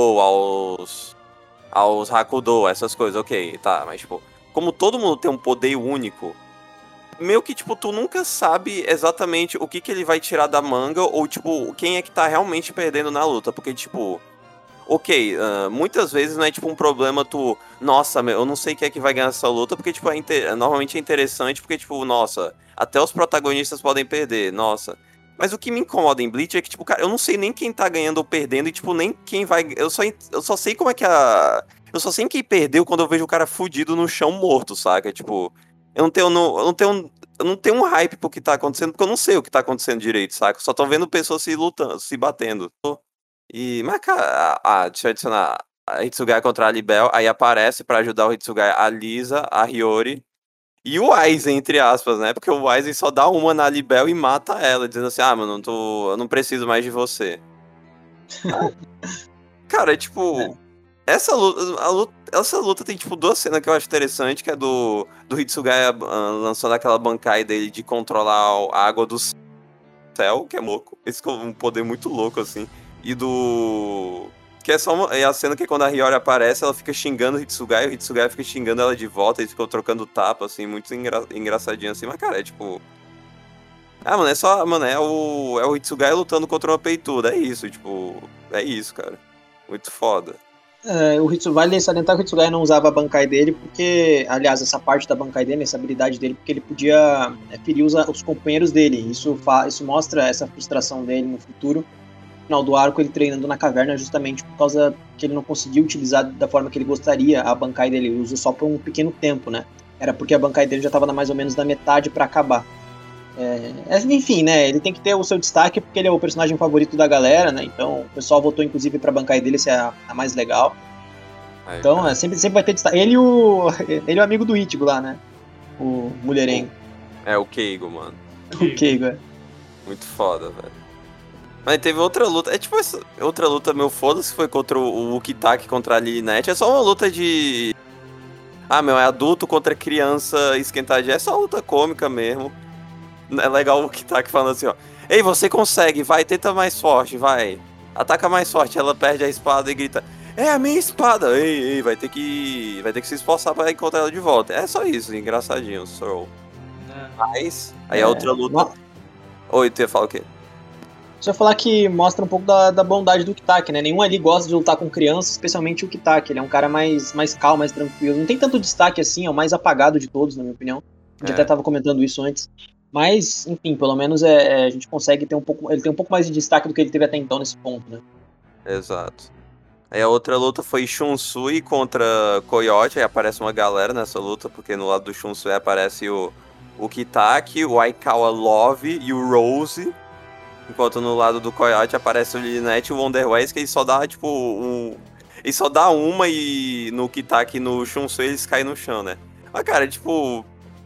aos Hakudo, essas coisas, ok, tá, mas, tipo, como todo mundo tem um poder único, meio que, tipo, tu nunca sabe exatamente o que ele vai tirar da manga, ou, tipo, quem é que tá realmente perdendo na luta, porque, tipo... Ok, muitas vezes não é tipo um problema nossa, eu não sei quem é que vai ganhar essa luta, porque tipo, normalmente é interessante, porque tipo, nossa, até os protagonistas podem perder, nossa. Mas o que me incomoda em Bleach é que, tipo, cara, eu não sei nem quem tá ganhando ou perdendo, e tipo, nem quem vai... Eu só sei como é que eu só sei quem perdeu quando eu vejo o cara fudido no chão morto, saca? Tipo, eu não tenho um hype pro que tá acontecendo, porque eu não sei o que tá acontecendo direito, saca? Só tô vendo pessoas se lutando, se batendo. Mas, cara, deixa eu adicionar a Hitsugai contra a Libel, aí aparece pra ajudar o Hitsugai a Lisa, a Hiyori e o Aizen, entre aspas, né? Porque o Aizen só dá uma na Libel e mata ela, dizendo assim, mano, eu não preciso mais de você. Cara, tipo, essa luta tem, tipo, 2 cenas que eu acho interessante, que é do Hitsugai lançando aquela Bankai dele de controlar a água do céu, que é louco. Esse é um poder muito louco, assim. E que é a cena que quando a Hiyori aparece, ela fica xingando o Hitsugai fica xingando ela de volta, eles ficam trocando tapa, assim, muito engraçadinho, assim. Mas, cara, é tipo... mano, é o Hitsugai lutando contra uma peituda, é isso, tipo... É isso, cara. Muito foda. Vale salientar que o Hitsugai não usava a Bankai dele, porque, aliás, essa parte da Bankai dele, essa habilidade dele, porque ele podia ferir os companheiros dele. Isso mostra essa frustração dele no futuro. No final do arco, ele treinando na caverna justamente por causa que ele não conseguiu utilizar da forma que ele gostaria a Bankai dele. Ele usou só por um pequeno tempo, né? Era porque a Bankai dele já estava mais ou menos na metade para acabar. Enfim, né? Ele tem que ter o seu destaque porque ele é o personagem favorito da galera, né? Então o pessoal votou inclusive pra Bankai dele ser a mais legal. Então sempre vai ter destaque. Ele e o amigo do Ichigo lá, né? O mulherengo. O Keigo, mano. O Keigo, Muito foda, velho. Mas teve outra luta. Tipo, essa outra luta, meu foda-se, foi contra o Ukitake contra a Lilinette. É só uma luta de... Ah, meu, é adulto contra criança esquentadinha. É só luta cômica mesmo. É legal o Kitaki falando assim, ó. Ei, você consegue, vai, tenta mais forte, vai. Ataca mais forte. Ela perde a espada e grita: é a minha espada! Ei, vai ter que se esforçar pra encontrar ela de volta. É só isso, engraçadinho, Sorrow. Mas, aí a outra luta. Oi, tu ia falar o quê? Só falar que mostra um pouco da bondade do Kitaki, né? Nenhum ali gosta de lutar com criança, especialmente o Kitaki. Ele é um cara mais calmo, mais tranquilo. Não tem tanto destaque assim, é o mais apagado de todos, na minha opinião. A gente até tava comentando isso antes. Mas, enfim, pelo menos a gente consegue ter um pouco. Ele tem um pouco mais de destaque do que ele teve até então nesse ponto, né? Exato. Aí a outra luta foi Shunsui contra Coyote. Aí aparece uma galera nessa luta, porque no lado do Shunsui aparece o Kitaki, o Aikawa Love e o Rose. Enquanto no lado do Coyote aparece o Lynette e o Wonderwise, que ele só dá, tipo, ele só dá uma e no Kitaki e no Shunsui eles caem no chão, né? Mas, cara, tipo...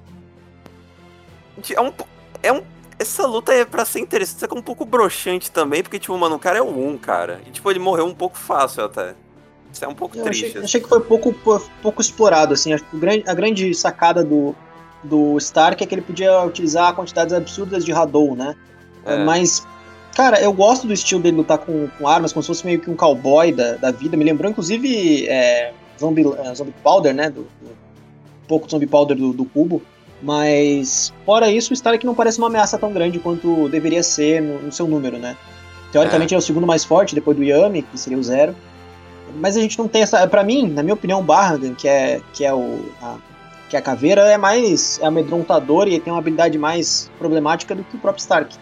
Essa luta é pra ser interessante, só que é um pouco broxante também, porque, tipo, mano, o cara é o 1, cara. E, tipo, ele morreu um pouco fácil até. Isso é um pouco triste. Achei que foi pouco explorado, assim. Acho que a grande sacada do Stark é que ele podia utilizar quantidades absurdas de Hadou, né? Mas, cara, eu gosto do estilo dele lutar com armas, como se fosse meio que um cowboy da vida. Me lembrou, inclusive, Zombie Powder, né? Um pouco de Zombie Powder do Cubo. Mas, fora isso, o Stark não parece uma ameaça tão grande quanto deveria ser no seu número, né? Teoricamente é o segundo mais forte, depois do Yami, que seria o 0. Mas a gente não tem essa... Pra mim, na minha opinião, o Barragan, que é a caveira, é mais amedrontador e tem uma habilidade mais problemática do que o próprio Stark.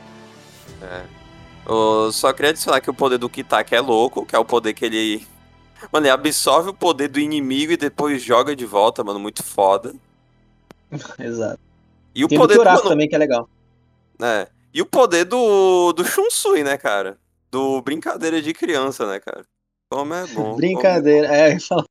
Eu só queria adicionar que o poder do Kitaki é louco, que é o poder que ele... Mano, ele absorve o poder do inimigo e depois joga de volta, mano, muito foda. Exato. E o tem poder do Kyoraku também, que é legal. E o poder do Shunsui, né, cara? Do brincadeira de criança, né, cara? Como é bom. Brincadeira, eu ia falar.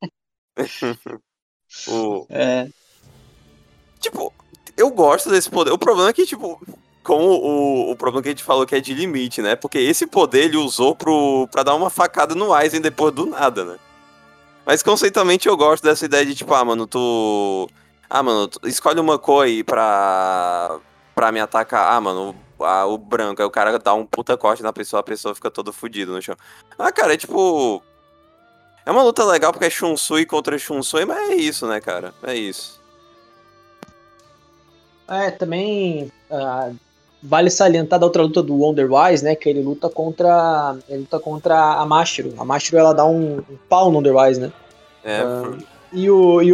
Tipo, eu gosto desse poder. O problema é que, tipo, com o problema que a gente falou que é de limite, né? Porque esse poder ele usou pra dar uma facada no Aizen depois do nada, né? Mas conceitualmente eu gosto dessa ideia de, tipo, mano, tu escolhe uma cor aí pra me atacar. Mano, o branco. Aí o cara dá um puta corte na pessoa, a pessoa fica toda fodida no chão. Cara, é tipo... É uma luta legal porque é Shunsui contra Shunsui, mas é isso, né, cara? É isso. Também vale salientar da outra luta do Wonderwise, né? Que ele luta contra a Mashiro. A Mashiro, ela dá um pau no Wonderwise, né? E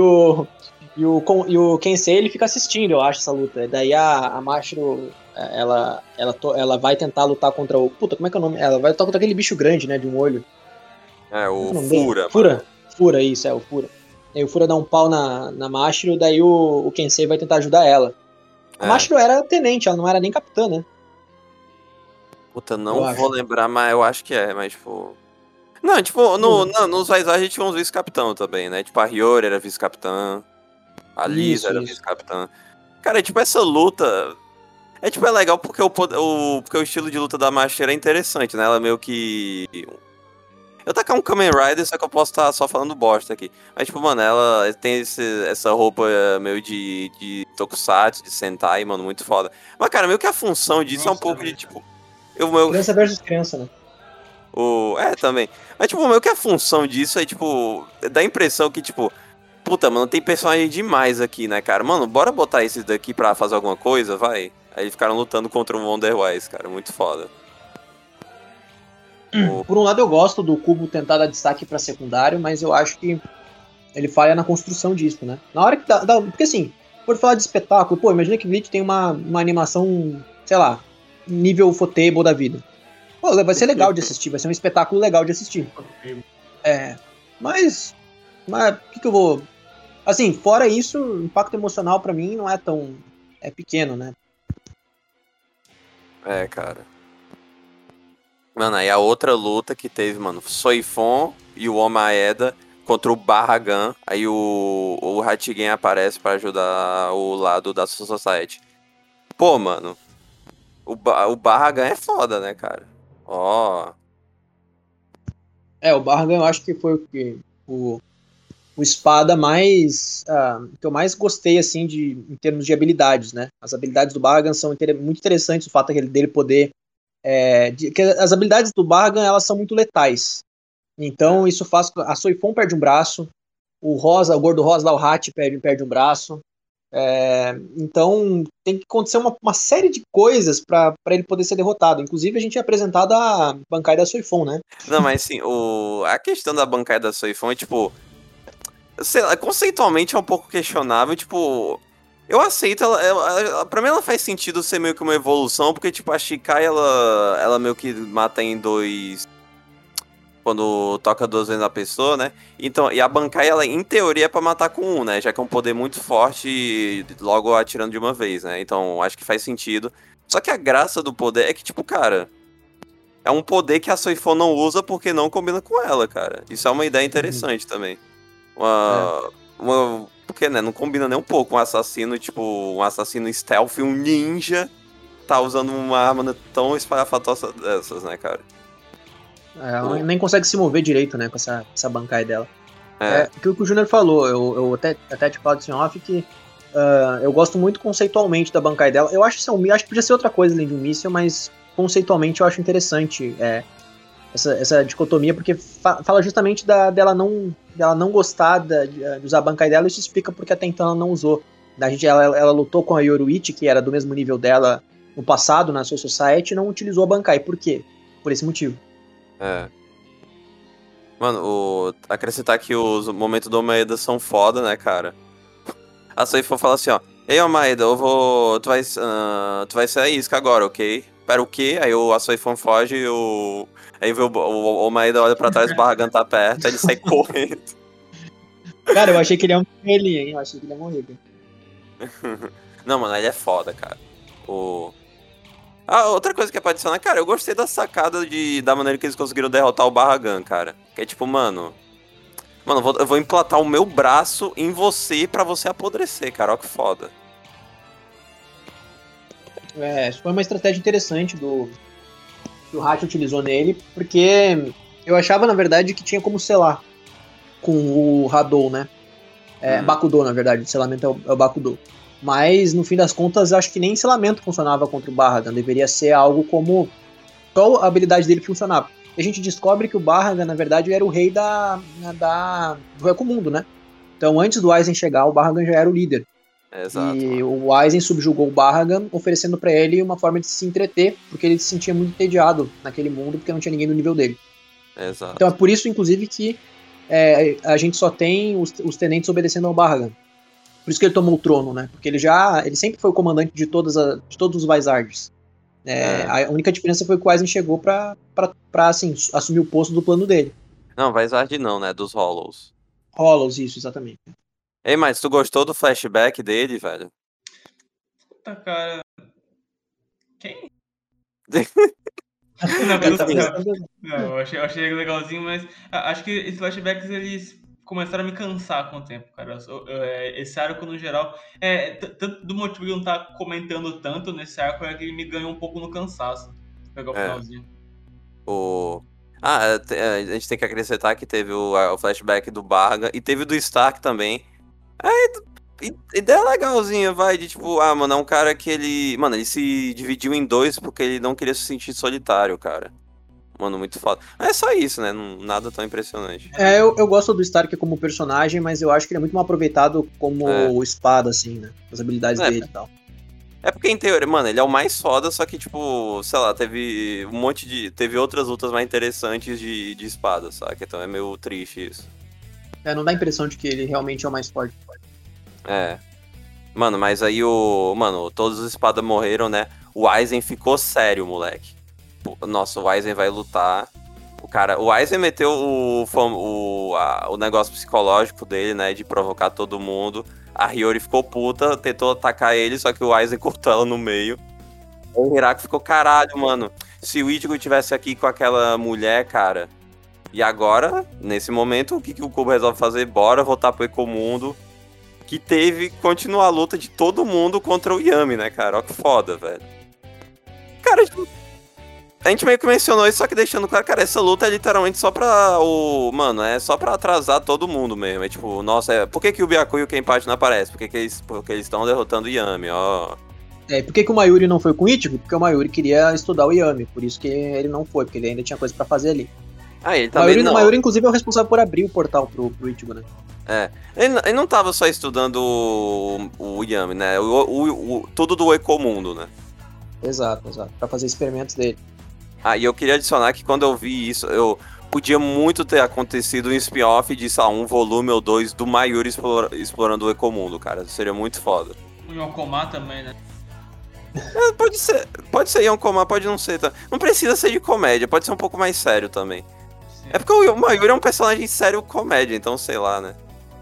o Kensei, ele fica assistindo, eu acho, essa luta. Daí a Mashiro, ela vai tentar lutar contra o... Puta, como é que é o nome? Ela vai lutar contra aquele bicho grande, né? De um olho. O Fura. Fura, isso, o Fura. Aí o Fura dá um pau na Mashiro, daí o Kensei vai tentar ajudar ela. A Mashiro era tenente, ela não era nem capitã, né? Puta, não vou lembrar, mas eu acho que mas tipo... Não, tipo, nos Vaisar a gente tinha uns vice-capitão também, né? Tipo, a Hiyori era vice-capitã, a Lisa era vice-capitã. Cara, tipo, essa luta... É legal porque porque o estilo de luta da Mashiro é interessante, né? Ela meio que... Eu tacar um Kamen Rider, só que eu posso estar só falando bosta aqui. Mas, tipo, mano, ela tem essa roupa meio de tokusatsu, de Sentai, mano, muito foda. Mas, cara, meio que a função disso é um pouco de, tipo... Criança versus criança, né? Também. Mas, tipo, meio que a função disso é, tipo... Dá a impressão que, tipo... Puta, mano, tem personagem demais aqui, né, cara? Mano, bora botar esses daqui pra fazer alguma coisa, vai? Aí eles ficaram lutando contra o Wonderwise, cara, muito foda. Por um lado eu gosto do Cubo tentar dar destaque pra secundário, mas eu acho que ele falha na construção disso, né? Na hora que porque assim, por falar de espetáculo, pô, imagina que Bleach tem uma animação, sei lá, nível Futable da vida. Pô, vai ser legal de assistir, vai ser um espetáculo legal de assistir. Mas o que eu vou... Assim, fora isso, o impacto emocional pra mim não é tão... É pequeno, né? Cara. Mano, aí a outra luta que teve, mano, Soifon e o Omaeda contra o Barragan. Aí o Hatigen aparece pra ajudar o lado da Society. Pô, mano, o Barragan é foda, né, cara? O Barragan eu acho que foi o o espada mais que eu mais gostei assim em termos de habilidades, né? As habilidades do Barragan são muito interessantes, o fato dele poder que as habilidades do Barragan elas são muito letais. Então isso faz a Soifon perde um braço, o Gordo Rosa lá, o Hat perde um braço. Então tem que acontecer uma série de coisas para ele poder ser derrotado. Inclusive a gente é apresentado a Bankai da Soifon, né? Não, mas assim, a questão da Bankai da Soifon é tipo, sei lá, conceitualmente é um pouco questionável, tipo, eu aceito, pra mim ela faz sentido ser meio que uma evolução, porque tipo, a Shikai ela meio que mata em dois, quando toca 2 vezes na pessoa, né? Então, e a Bankai, ela em teoria é pra matar com 1, né? Já que é um poder muito forte e logo atirando de uma vez, né? Então, acho que faz sentido. Só que a graça do poder é que, tipo, cara, é um poder que a Soifon não usa porque não combina com ela, cara. Isso é uma ideia interessante também. Porque, né, não combina nem um pouco um assassino, tipo, um assassino stealth, um ninja, tá usando uma arma tão espalhafatosa dessas, né, cara? Ela nem consegue se mover direito, né, com essa Bankai dela. O que o Júnior falou, eu até te falo assim, off, que eu gosto muito conceitualmente da Bankai dela. Eu acho que podia ser outra coisa além de um míssil, mas conceitualmente eu acho interessante essa dicotomia, porque fala justamente dela não gostar de usar a Bankai dela, e isso explica porque até então ela não usou. Ela lutou com a Yoruichi, que era do mesmo nível dela no passado, na Soul Society, e não utilizou a Bankai. Por quê? Por esse motivo. Mano, acrescentar que os momentos do Almeida são foda, né, cara? A Soifon fala assim, ó. Ei, Almeida, tu vai ser a isca agora, ok? Pera, o quê? Aí a Soifon foge e aí o Almeida olha pra trás, o Barragan tá perto, aí ele sai correndo. Cara, eu achei que ele ia morrer, hein? Eu achei que ele ia morrer. Não, mano, ele é foda, cara. Outra coisa que é pra adicionar, cara, eu gostei da sacada da maneira que eles conseguiram derrotar o Barragan, cara. Que é tipo, mano, eu vou implantar o meu braço em você pra você apodrecer, cara. Ó que foda. Isso foi uma estratégia interessante que o Hachi utilizou nele, porque eu achava, na verdade, que tinha como selar com o Hadou, né? Bakudou, na verdade, o selamento é o Bakudou. Mas, no fim das contas, acho que nem selamento funcionava contra o Barragan. Deveria ser algo como só a habilidade dele funcionava. E a gente descobre que o Barragan, na verdade, era o rei do Ecomundo, né? Então, antes do Aizen chegar, o Barragan já era o líder. Exato. E o Aizen subjugou o Barragan, oferecendo pra ele uma forma de se entreter, porque ele se sentia muito entediado naquele mundo, porque não tinha ninguém no nível dele. Exato. Então é por isso, inclusive, que a gente só tem os tenentes obedecendo ao Barragan. Por isso que ele tomou o trono, né? Porque ele sempre foi o comandante de todos os Vizards. A única diferença foi que o Aizen chegou pra assim, assumir o posto do plano dele. Não, Vizard não, né? Dos Hollows. Hollows, isso, exatamente. Ei, mas tu gostou do flashback dele, velho? Puta, cara... Quem? Eu achei legalzinho, mas acho que esses flashbacks, eles começaram a me cansar com o tempo, cara. Esse arco, no geral, tanto do motivo de eu não estar comentando tanto nesse arco, é que ele me ganhou um pouco no cansaço. Pegar o finalzinho. A gente tem que acrescentar que teve o flashback do Barragan e teve do Stark também. Ideia legalzinha, vai, de tipo, mano, é um cara que ele se dividiu em 2 porque ele não queria se sentir solitário, cara. Mano, muito foda. Mas é só isso, né? Nada tão impressionante. Eu gosto do Stark como personagem, mas eu acho que ele é muito mal aproveitado como espada, assim, né? As habilidades dele e tal. É porque, em teoria, mano, ele é o mais foda, só que, tipo, sei lá, teve teve outras lutas mais interessantes de espada, saca? Então é meio triste isso. Não dá a impressão de que ele realmente é o mais forte. Mano, mas aí todos os espadas morreram, né? O Aizen ficou sério, moleque. Nossa, o Aizen vai lutar. O Aizen meteu o negócio psicológico dele, né? De provocar todo mundo. A Hiyori ficou puta, tentou atacar ele, só que o Aizen cortou ela no meio. O Hiraku ficou, caralho, mano. Se o Ichigo tivesse aqui com aquela mulher, cara. E agora, nesse momento, o que o Kubo resolve fazer? Bora voltar pro Ecomundo. Que continua a luta de todo mundo contra o Yami, né, cara? Ó que foda, velho. Cara, A gente meio que mencionou isso, só que deixando claro, cara, essa luta é literalmente só pra o... Mano, é só pra atrasar todo mundo mesmo. É tipo, nossa, por que o Byakuya e o Kenpachi não aparecem? Porque eles estão derrotando o Yami, ó. Por que o Mayuri não foi com o Ichigo? Porque o Mayuri queria estudar o Yami, por isso que ele não foi, porque ele ainda tinha coisa pra fazer ali. Ele também O Mayuri, inclusive, é o responsável por abrir o portal pro Ichigo, né? Ele não tava só estudando o Yami, né? Tudo do Ecomundo, né? Exato. Pra fazer experimentos dele. E eu queria adicionar que quando eu vi isso, podia muito ter acontecido um spin-off de, sei lá, um volume ou dois do Mayuri explorando o Ecomundo, cara. Isso seria muito foda. O Yonkomá também, né? Pode ser Yonkomá, pode não ser. Tá? Não precisa ser de comédia, pode ser um pouco mais sério também. Sim. É porque o Mayuri é um personagem sério comédia, então sei lá, né?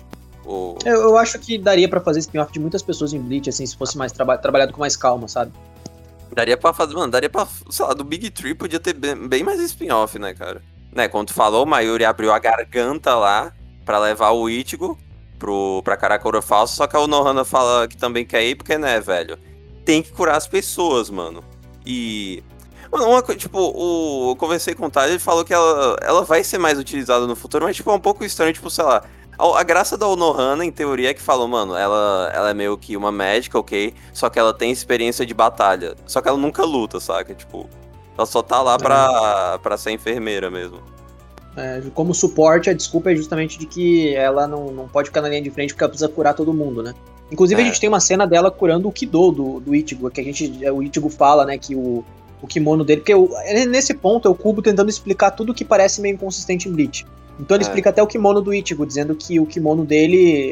Eu acho que daria pra fazer spin-off de muitas pessoas em Bleach, assim, se fosse mais trabalhado com mais calma, sabe? Daria pra fazer, mano, sei lá, do Big Tree podia ter bem mais spin-off, né, cara? Né, quando tu falou, o Mayuri abriu a garganta lá pra levar o Ichigo pra Karakura Falsa, só que a Unohana fala que também quer ir, porque, né, velho, tem que curar as pessoas, mano. E... Mano, uma coisa, tipo, eu conversei com o Tyler, ele falou que ela vai ser mais utilizada no futuro, mas, tipo, é um pouco estranho, tipo, sei lá... A graça da Unohana, em teoria, é que falou, mano, ela é meio que uma médica, ok? Só que ela tem experiência de batalha. Só que ela nunca luta, saca? Tipo, ela só tá lá pra ser enfermeira mesmo. Como suporte, a desculpa é justamente de que ela não pode ficar na linha de frente porque ela precisa curar todo mundo, né? Inclusive, a gente tem uma cena dela curando o Kido do Ichigo, que o Ichigo fala, né, que o kimono dele... Porque nesse ponto é o Kubo tentando explicar tudo que parece meio inconsistente em Bleach. Então ele explica até o kimono do Ichigo, dizendo que o kimono dele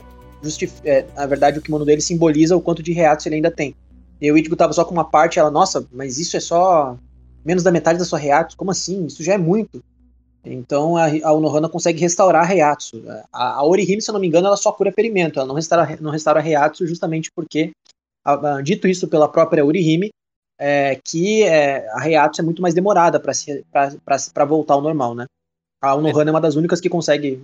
na verdade, o kimono dele simboliza o quanto de Reiatsu ele ainda tem. E o Ichigo tava só com uma parte, ela, nossa, mas isso é só menos da metade da sua Reiatsu? Como assim? Isso já é muito. Então a Unohana consegue restaurar a Reiatsu. A Orihime, se eu não me engano, ela só cura ferimento, ela não restaura a Reiatsu justamente porque, dito isso pela própria Orihime, que a Reiatsu é muito mais demorada para voltar ao normal, né? A Unohana é uma das únicas que consegue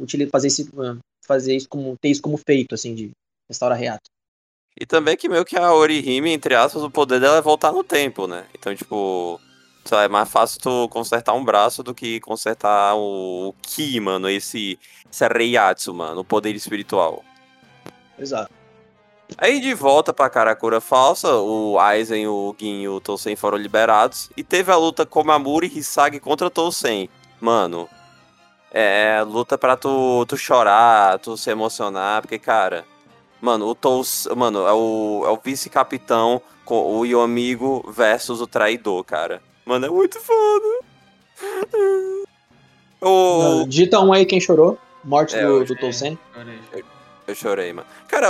ter isso como feito, assim, de restaurar Reiatsu. E também que meio que a Orihime, entre aspas, o poder dela é voltar no tempo, né? Então, tipo, sei lá, é mais fácil tu consertar um braço do que consertar o Ki, mano, esse Reiatsu, mano, o poder espiritual. Exato. Aí de volta pra Karakura Falsa, o Aizen, o Gin e o Tousen foram liberados. E teve a luta Komamura e Hisagi contra Tousen. Mano... luta pra tu chorar, tu se emocionar, porque, cara, mano, é o vice-capitão com o Yomigo versus o traidor, cara. Mano, é muito foda. Digita um aí quem chorou. Morte do Tousen. Eu chorei, mano. Cara,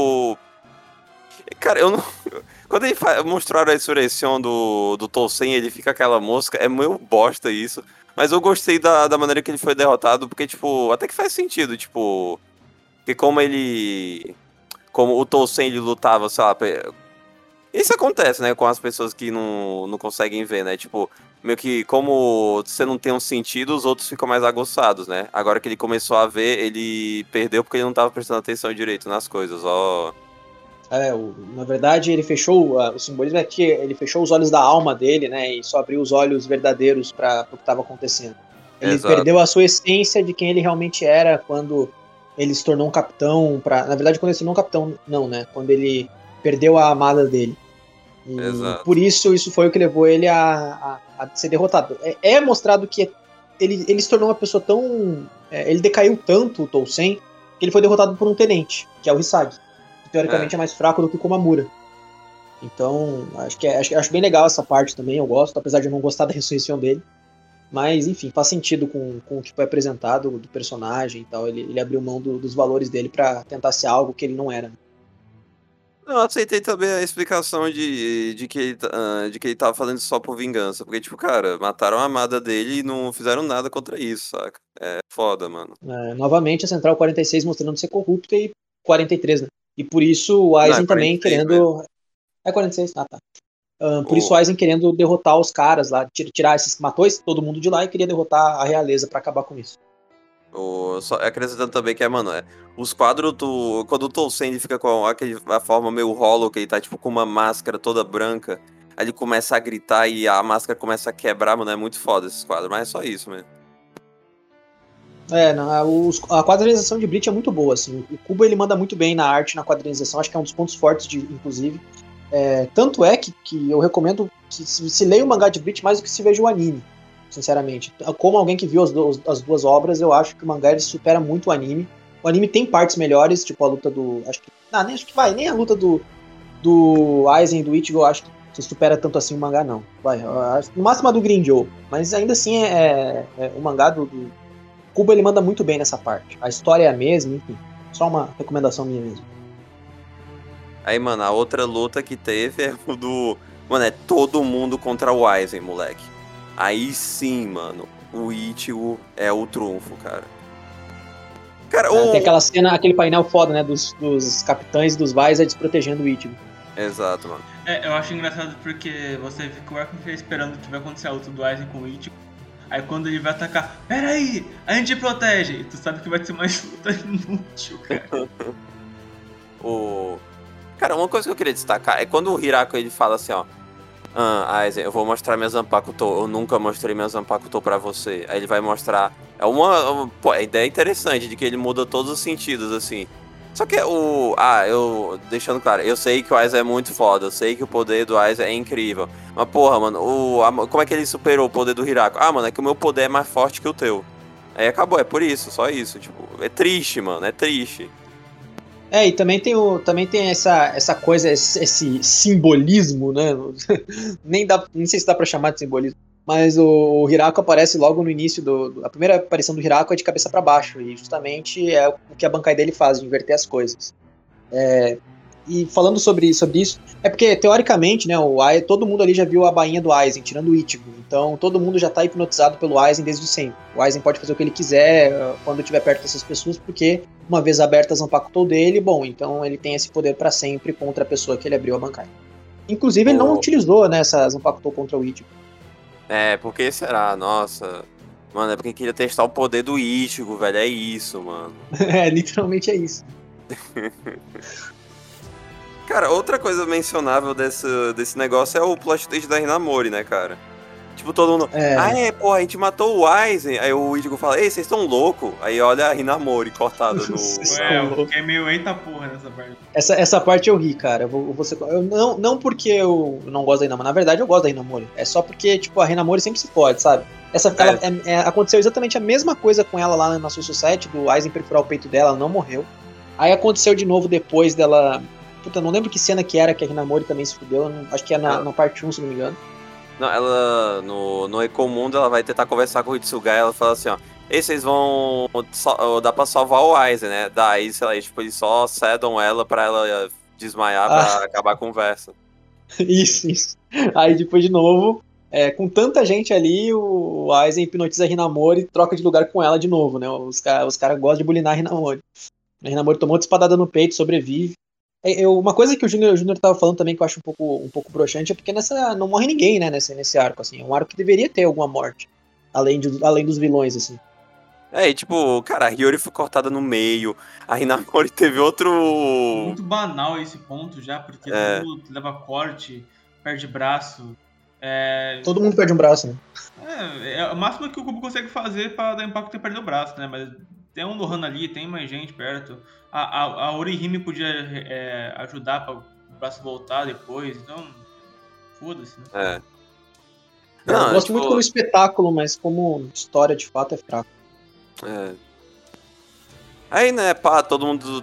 Cara, eu não... Quando ele mostrou a ressurreição do Tousen, ele fica aquela mosca, é meio bosta isso. Mas eu gostei da maneira que ele foi derrotado, porque, tipo, até que faz sentido, tipo... Porque como o Tousen, ele lutava, sei lá... Isso acontece, né, com as pessoas que não conseguem ver, né? Tipo, meio que como você não tem um sentido, os outros ficam mais aguçados, né? Agora que ele começou a ver, ele perdeu porque ele não tava prestando atenção direito nas coisas, ó... Na verdade, ele fechou, o simbolismo é que ele fechou os olhos da alma dele, né, e só abriu os olhos verdadeiros para o que estava acontecendo. Ele perdeu a sua essência de quem ele realmente era quando ele se tornou um capitão, na verdade, quando ele se tornou um capitão, não, né, quando ele perdeu a amada dele. E por isso foi o que levou ele a ser derrotado. É mostrado que ele se tornou uma pessoa tão... ele decaiu tanto, o Tousen, que ele foi derrotado por um tenente, que é o Hisagi. Teoricamente é mais fraco do que o Komamura. Então, acho bem legal essa parte também, eu gosto, apesar de eu não gostar da ressurreição dele. Mas, enfim, faz sentido com o que foi apresentado do personagem e tal. Ele abriu mão dos valores dele pra tentar ser algo que ele não era. Eu aceitei também a explicação de que ele tava fazendo só por vingança. Porque, tipo, cara, mataram a amada dele e não fizeram nada contra isso, saca? É foda, mano. Novamente, a Central 46 mostrando ser corrupta e 43, né? E por isso o Aizen também querendo... Mesmo. É 46? Ah, tá. Por isso o Aizen querendo derrotar os caras lá, tirar esses que matou todo mundo de lá e queria derrotar a realeza pra acabar com isso. Só acrescentando também que mano, os quadros quando o Tousen fica com a forma meio hollow, que ele tá tipo com uma máscara toda branca, aí ele começa a gritar e a máscara começa a quebrar, mano, é muito foda esse quadro, mas é só isso mesmo. Não, a quadrinização de Bleach é muito boa, assim. O Kubo ele manda muito bem na arte, na quadrinização, acho que é um dos pontos fortes, inclusive. Tanto é que eu recomendo que se leia o mangá de Bleach mais do que se veja o anime, sinceramente. Como alguém que viu as duas obras, eu acho que o mangá ele supera muito o anime. O anime tem partes melhores, tipo a luta do... nem a luta do Aizen e do Ichigo, eu acho que se supera tanto assim o mangá, não. No máximo a do Green-Joe, mas ainda assim o mangá do Kubo ele manda muito bem nessa parte. A história é a mesma, enfim. Só uma recomendação minha mesmo. Aí, mano, a outra luta que teve é o do... Mano, é todo mundo contra o Aizen, moleque. Aí sim, mano, o Ichigo é o trunfo, cara. Cara, tem aquela cena, aquele painel foda, né, dos capitães dos Vizards protegendo o Ichigo. Exato, mano. Eu acho engraçado porque você fica esperando que vai acontecer a luta do Aizen com o Ichigo. Aí quando ele vai atacar, peraí, a gente protege. E tu sabe que vai ser mais luta inútil, cara. Cara, uma coisa que eu queria destacar é quando o Hirako ele fala assim, ó. Aizen, eu vou mostrar minha Zanpakuto. Eu nunca mostrei minha Zanpakuto pra você. Aí ele vai mostrar. Pô, a ideia é interessante de que ele muda todos os sentidos, assim. Só que eu deixando claro, eu sei que o Aizen é muito foda, eu sei que o poder do Aizen é incrível. Mas porra, mano, como é que ele superou o poder do Hirako? Mano, é que o meu poder é mais forte que o teu. Aí acabou, é por isso, só isso, tipo, é triste, mano, é triste. E também tem essa coisa, esse simbolismo, né? Nem sei se dá pra chamar de simbolismo. Mas o Hirako aparece logo no início a primeira aparição do Hirako é de cabeça para baixo, e justamente é o que a Bankai dele faz, de inverter as coisas. E falando sobre isso, é porque, teoricamente, né, todo mundo ali já viu a bainha do Aizen, tirando o Ichigo. Então, todo mundo já tá hipnotizado pelo Aizen desde sempre. O Aizen pode fazer o que ele quiser quando estiver perto dessas pessoas, porque, uma vez aberta a Zanpakuto dele, bom, então ele tem esse poder para sempre contra a pessoa que ele abriu a Bankai. Inclusive, ele não utilizou, né, essa Zanpakuto contra o Ichigo. Por que será? Nossa. Mano, é porque queria testar o poder do Ichigo, velho. É isso, mano. Literalmente é isso. Cara, outra coisa mencionável desse negócio é o plot twist da Hinamori, né, cara? Tipo, todo mundo... Porra, a gente matou o Aizen. Aí o Ichigo fala, ei, vocês estão loucos? Aí olha a Hinamori cortada no... Eu fiquei meio eita porra nessa parte. Essa parte eu ri, cara. Não porque eu não gosto da Hinamori. Na verdade, eu gosto da Hinamori. É só porque, tipo, a Hinamori sempre se pode, sabe? Aconteceu exatamente a mesma coisa com ela lá na Soul Society, do Aizen perfurar o peito dela, ela não morreu. Aí aconteceu de novo depois dela... Puta, não lembro que cena que era que a Hinamori também se fudeu. Acho que é na parte 1, se não me engano. Não, ela, no Ecomundo, ela vai tentar conversar com o Hitsugai, ela fala assim, ó, ei, vocês vão, dá pra salvar o Aizen, né? Daí, sei lá, tipo, eles só cedam ela pra ela desmaiar pra acabar a conversa. Isso. Aí, depois, de novo, com tanta gente ali, o Aizen hipnotiza a Hinamori e troca de lugar com ela de novo, né? Os caras gostam de bulinar a Hinamori. A Hinamori tomou outra espadada no peito, sobrevive. Uma coisa que o Júnior tava falando também que eu acho um pouco broxante é porque não morre ninguém, né, nesse arco, assim. É um arco que deveria ter alguma morte, além dos vilões, assim. E tipo, cara, a Hiyori foi cortada no meio, a Hinamori teve outro... Muito banal esse ponto já, porque todo mundo leva corte, perde braço. Todo mundo perde um braço, né? É o máximo que o Kubo consegue fazer pra dar impacto e perder o braço, né, mas tem um Nohana ali, tem mais gente perto. A Orihime podia ajudar para o braço voltar depois, então foda-se, né? Eu gosto muito como espetáculo, mas como história de fato é fraco. Aí, né, todo mundo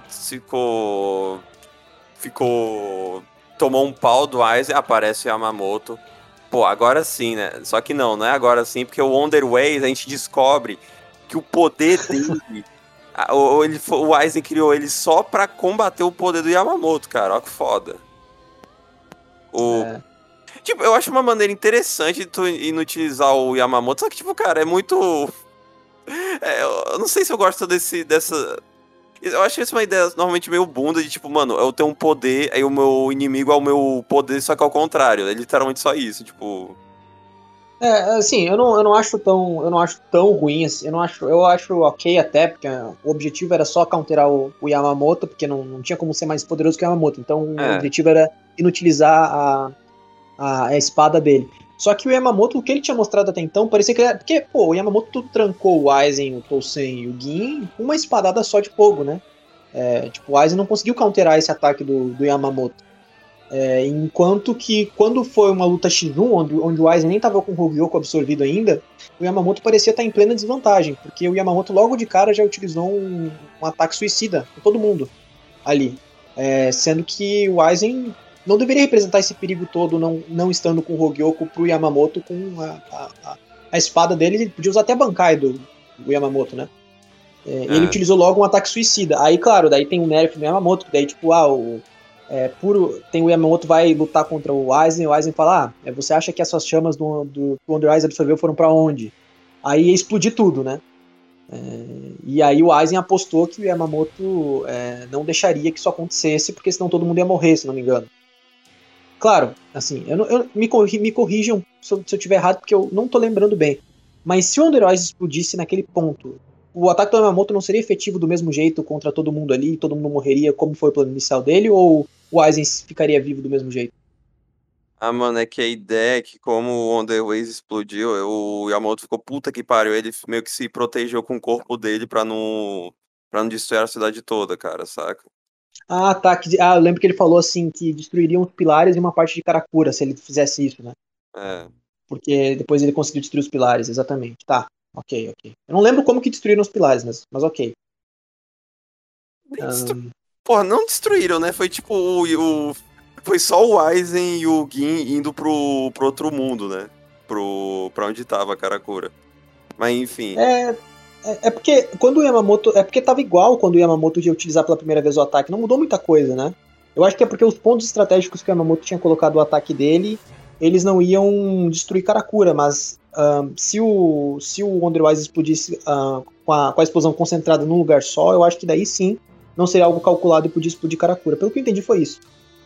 tomou um pau do Aizen, aparece o Yamamoto. Pô, agora sim, né? Só que não é agora sim, porque o Wonder Ways a gente descobre que o poder dele... o Aizen criou ele só pra combater o poder do Yamamoto, cara. Olha que foda. Tipo, eu acho uma maneira interessante de tu inutilizar o Yamamoto, só que, tipo, cara, é muito... eu não sei se eu gosto dessa... Eu acho isso uma ideia normalmente meio bunda de, tipo, mano, eu tenho um poder, aí o meu inimigo é o meu poder, só que ao contrário. É literalmente só isso, tipo... Assim, eu não acho tão ruim assim. Eu acho ok até, porque o objetivo era só counterar o Yamamoto, porque não tinha como ser mais poderoso que o Yamamoto. Então o objetivo era inutilizar a espada dele. Só que o Yamamoto, o que ele tinha mostrado até então, parecia que ele era... Porque, pô, o Yamamoto trancou o Aizen, o Tousen e o Gin com uma espadada só de fogo, né? Tipo, o Aizen não conseguiu counterar esse ataque do Yamamoto. Enquanto que, quando foi uma luta X1, onde o Aizen nem tava com o Hogyoku absorvido ainda, o Yamamoto parecia estar em plena desvantagem, porque o Yamamoto logo de cara já utilizou um ataque suicida com todo mundo ali. Sendo que o Aizen não deveria representar esse perigo todo, não estando com o Hogyoku pro Yamamoto com a espada dele. Ele podia usar até a Bankai do Yamamoto, né? Ele utilizou logo um ataque suicida. Aí, claro, daí tem o nerf do Yamamoto, daí tipo, tem o Yamamoto vai lutar contra o Aizen fala, você acha que essas chamas do que o Under Eyes absorveu foram pra onde? Aí ia explodir tudo, né? E aí o Aizen apostou que o Yamamoto não deixaria que isso acontecesse, porque senão todo mundo ia morrer, se não me engano. Claro, assim, me corrijam se eu estiver errado, porque eu não tô lembrando bem. Mas se o Under Eyes explodisse naquele ponto, o ataque do Yamamoto não seria efetivo do mesmo jeito contra todo mundo ali, e todo mundo morreria como foi o plano inicial dele, ou o Aizen ficaria vivo do mesmo jeito? Mano, é que a ideia é que como o Underways explodiu, o Yamamoto ficou puta que pariu, ele meio que se protegeu com o corpo dele pra não destruir a cidade toda, cara, saca? Tá. Eu lembro que ele falou assim, que destruiriam os pilares e uma parte de Karakura se ele fizesse isso, né? Porque depois ele conseguiu destruir os pilares, exatamente. Tá, ok. Eu não lembro como que destruíram os pilares, mas ok. Porra, não destruíram, né? Foi tipo foi só o Aizen e o Gin indo pro outro mundo, né? Pra onde tava a Karakura. Mas enfim. Porque quando o Yamamoto. É porque tava igual quando o Yamamoto ia utilizar pela primeira vez o ataque. Não mudou muita coisa, né? Eu acho que é porque os pontos estratégicos que o Yamamoto tinha colocado o ataque dele, eles não iam destruir Karakura, mas se o Wonderwise explodisse com a explosão concentrada num lugar só, eu acho que daí sim não seria algo calculado e podia explodir Karakura. Pelo que eu entendi foi isso.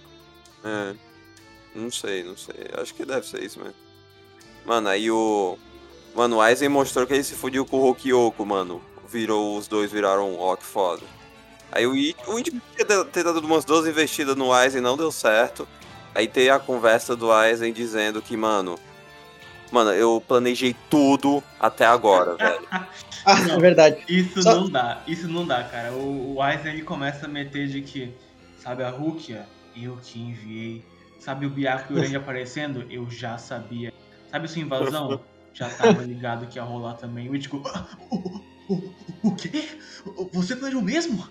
Não sei. Acho que deve ser isso mesmo. Mano, aí o Aizen mostrou que ele se fudiu com o Hogyoku, mano. Os dois viraram que foda. Aí o Ichigo tinha ter dado umas 12 investidas no Aizen, não deu certo. Aí tem a conversa do Aizen dizendo que, mano, eu planejei tudo até agora, velho. É verdade. Isso não dá, cara. O Aizen ele começa a meter de que, sabe a Rukia? Eu te enviei. Sabe o Byakuya e o Urange aparecendo? Eu já sabia. Sabe sua invasão? Já tava ligado que ia rolar também. O Ichigo... O quê? Você planejou mesmo?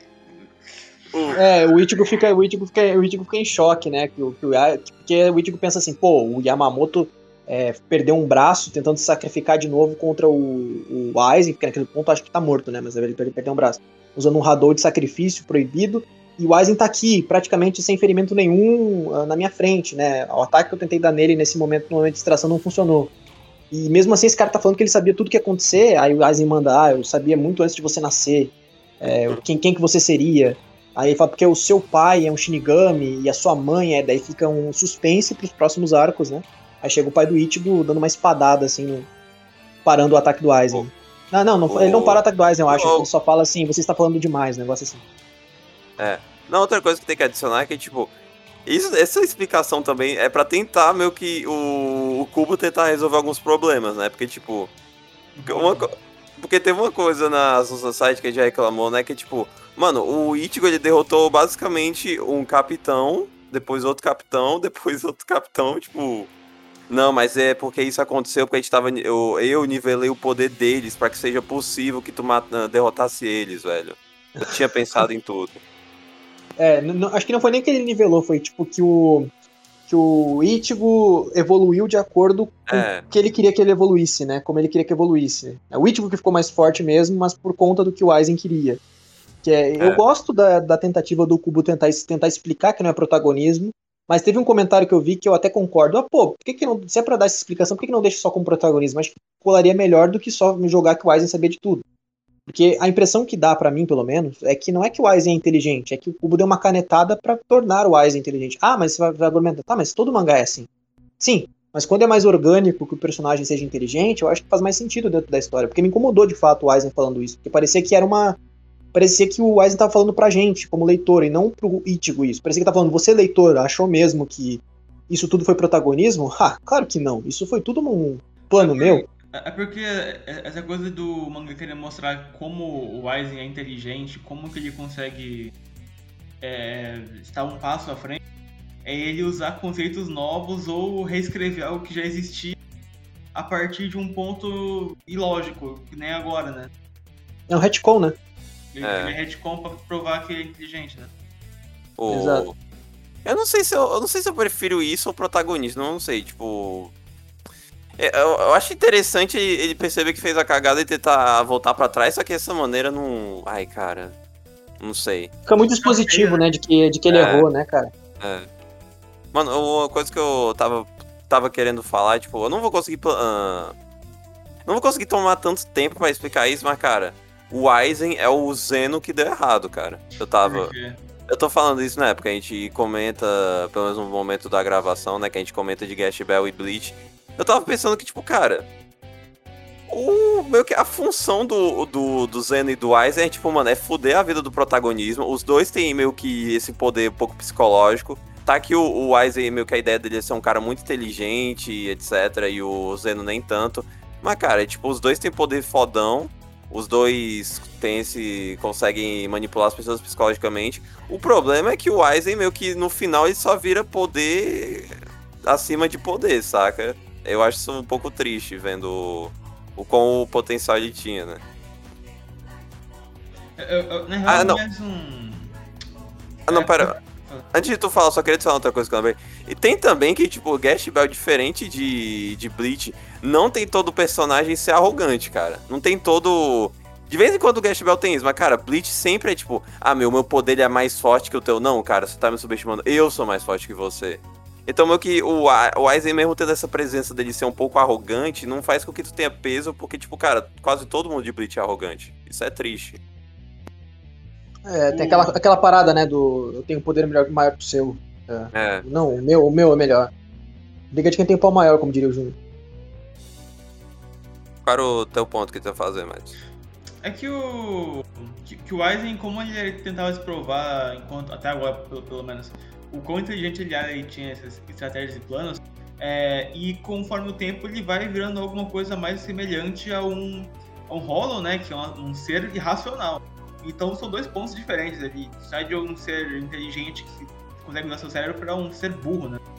O Ichigo fica em choque, né? Porque o Ichigo pensa assim, pô, o Yamamoto perdeu um braço tentando se sacrificar de novo contra o Aizen, porque naquele ponto acho que tá morto, né? Mas ele perdeu um braço. Usando um Hadou de sacrifício proibido. E o Aizen tá aqui, praticamente sem ferimento nenhum na minha frente, né? O ataque que eu tentei dar nele nesse momento, no momento de distração, não funcionou. E mesmo assim esse cara tá falando que ele sabia tudo que ia acontecer, aí o Aizen manda, eu sabia muito antes de você nascer, quem que você seria. Aí ele fala, porque o seu pai é um Shinigami e a sua mãe daí fica um suspense pros próximos arcos, né? Aí chega o pai do Ichigo dando uma espadada, assim, parando o ataque do Aizen. Ele não para o ataque do Aizen, eu acho, ele só fala assim, você está falando demais, um negócio assim. Não, outra coisa que tem que adicionar é que, tipo, essa explicação também é pra tentar meio que o Kubo tentar resolver alguns problemas, né? Porque, tipo, porque teve uma coisa na Society que a gente já reclamou, né? Que, tipo, mano, o Ichigo ele derrotou basicamente um capitão, depois outro capitão, depois outro capitão, tipo... Não, mas é porque isso aconteceu porque a gente tava... Eu nivelei o poder deles pra que seja possível que tu derrotasse eles, velho. Eu tinha pensado em tudo. Acho que não foi nem que ele nivelou, foi tipo que o Ichigo evoluiu de acordo com o que ele queria que ele evoluísse, né? Como ele queria que evoluísse. É o Ichigo que ficou mais forte mesmo, mas por conta do que o Aizen queria. Eu gosto da tentativa do Kubo tentar explicar que não é protagonismo, mas teve um comentário que eu vi que eu até concordo. Por que não, se é pra dar essa explicação, por que não deixa só como protagonismo? Acho que colaria melhor do que só me jogar que o Aizen sabia de tudo. Porque a impressão que dá pra mim, pelo menos, é que não é que o Aizen é inteligente, é que o Kubo deu uma canetada pra tornar o Aizen inteligente. Mas você vai argumentar, mas todo mangá é assim. Sim, mas quando é mais orgânico que o personagem seja inteligente, eu acho que faz mais sentido dentro da história. Porque me incomodou, de fato, o Aizen falando isso. Porque parecia que o Aizen tava falando pra gente, como leitor, e não pro Ichigo isso. Parecia que tava falando, você leitor, achou mesmo que isso tudo foi protagonismo? Claro que não. Isso foi tudo um plano meu. É porque essa coisa do manga querer mostrar como o Aizen é inteligente, como que ele consegue estar um passo à frente, é ele usar conceitos novos ou reescrever algo que já existia a partir de um ponto ilógico, que nem agora, né? É um retcon, né? Ele é retcon pra provar que ele é inteligente, né? Exato. Eu não sei se eu prefiro isso ou protagonismo, não sei, tipo... Eu acho interessante ele perceber que fez a cagada e tentar voltar pra trás, só que dessa maneira não... Ai, cara... Não sei. Fica muito dispositivo, né, de que ele errou, né, cara? Mano, uma coisa que eu tava querendo falar, tipo, eu não vou conseguir... Não vou conseguir tomar tanto tempo pra explicar isso, mas, cara... O Aizen é o Zeno que deu errado, cara. Eu tô falando isso na época, a gente comenta, pelo menos no momento da gravação, né, que a gente comenta de Gash Bell e Bleach. Eu tava pensando que, tipo, cara, meio que a função do Zeno e do Aizen é, tipo, mano, é fuder a vida do protagonismo. Os dois têm meio que esse poder um pouco psicológico. Tá que o Aizen, meio que a ideia dele é ser um cara muito inteligente, etc, e o Zeno nem tanto. Mas, cara, tipo, os dois têm poder fodão. Os dois conseguem manipular as pessoas psicologicamente. O problema é que o Aizen, meio que no final, ele só vira poder acima de poder, saca? Eu acho isso um pouco triste, vendo o quão potencial ele tinha, né? Não, pera. Antes de tu falar, só queria te falar outra coisa que eu lembrei. E tem também que, tipo, o Gash Bell, diferente de Bleach, não tem todo o personagem ser arrogante, cara. Não tem todo... De vez em quando o Gash Bell tem isso, mas, cara, Bleach sempre é tipo... meu poder é mais forte que o teu. Não, cara, você tá me subestimando. Eu sou mais forte que você. Então, meio que o Aizen, mesmo tendo essa presença dele ser um pouco arrogante, não faz com que tu tenha peso, porque, tipo, cara, quase todo mundo de Bleach é arrogante. Isso é triste. Tem aquela parada, né, eu tenho um poder maior que o seu. Não, o meu é melhor. Briga de quem tem o pau maior, como diria o Júnior. Qual era o teu ponto que tu ia fazer, Mads? É que o Aizen, como ele tentava se provar, enquanto até agora, pelo menos, o quão inteligente ele era, ele tinha essas estratégias e planos, e conforme o tempo ele vai virando alguma coisa mais semelhante a um Hollow, né, que é um ser irracional. Então são dois pontos diferentes. Ele sai de um ser inteligente que consegue usar seu cérebro para um ser burro, né?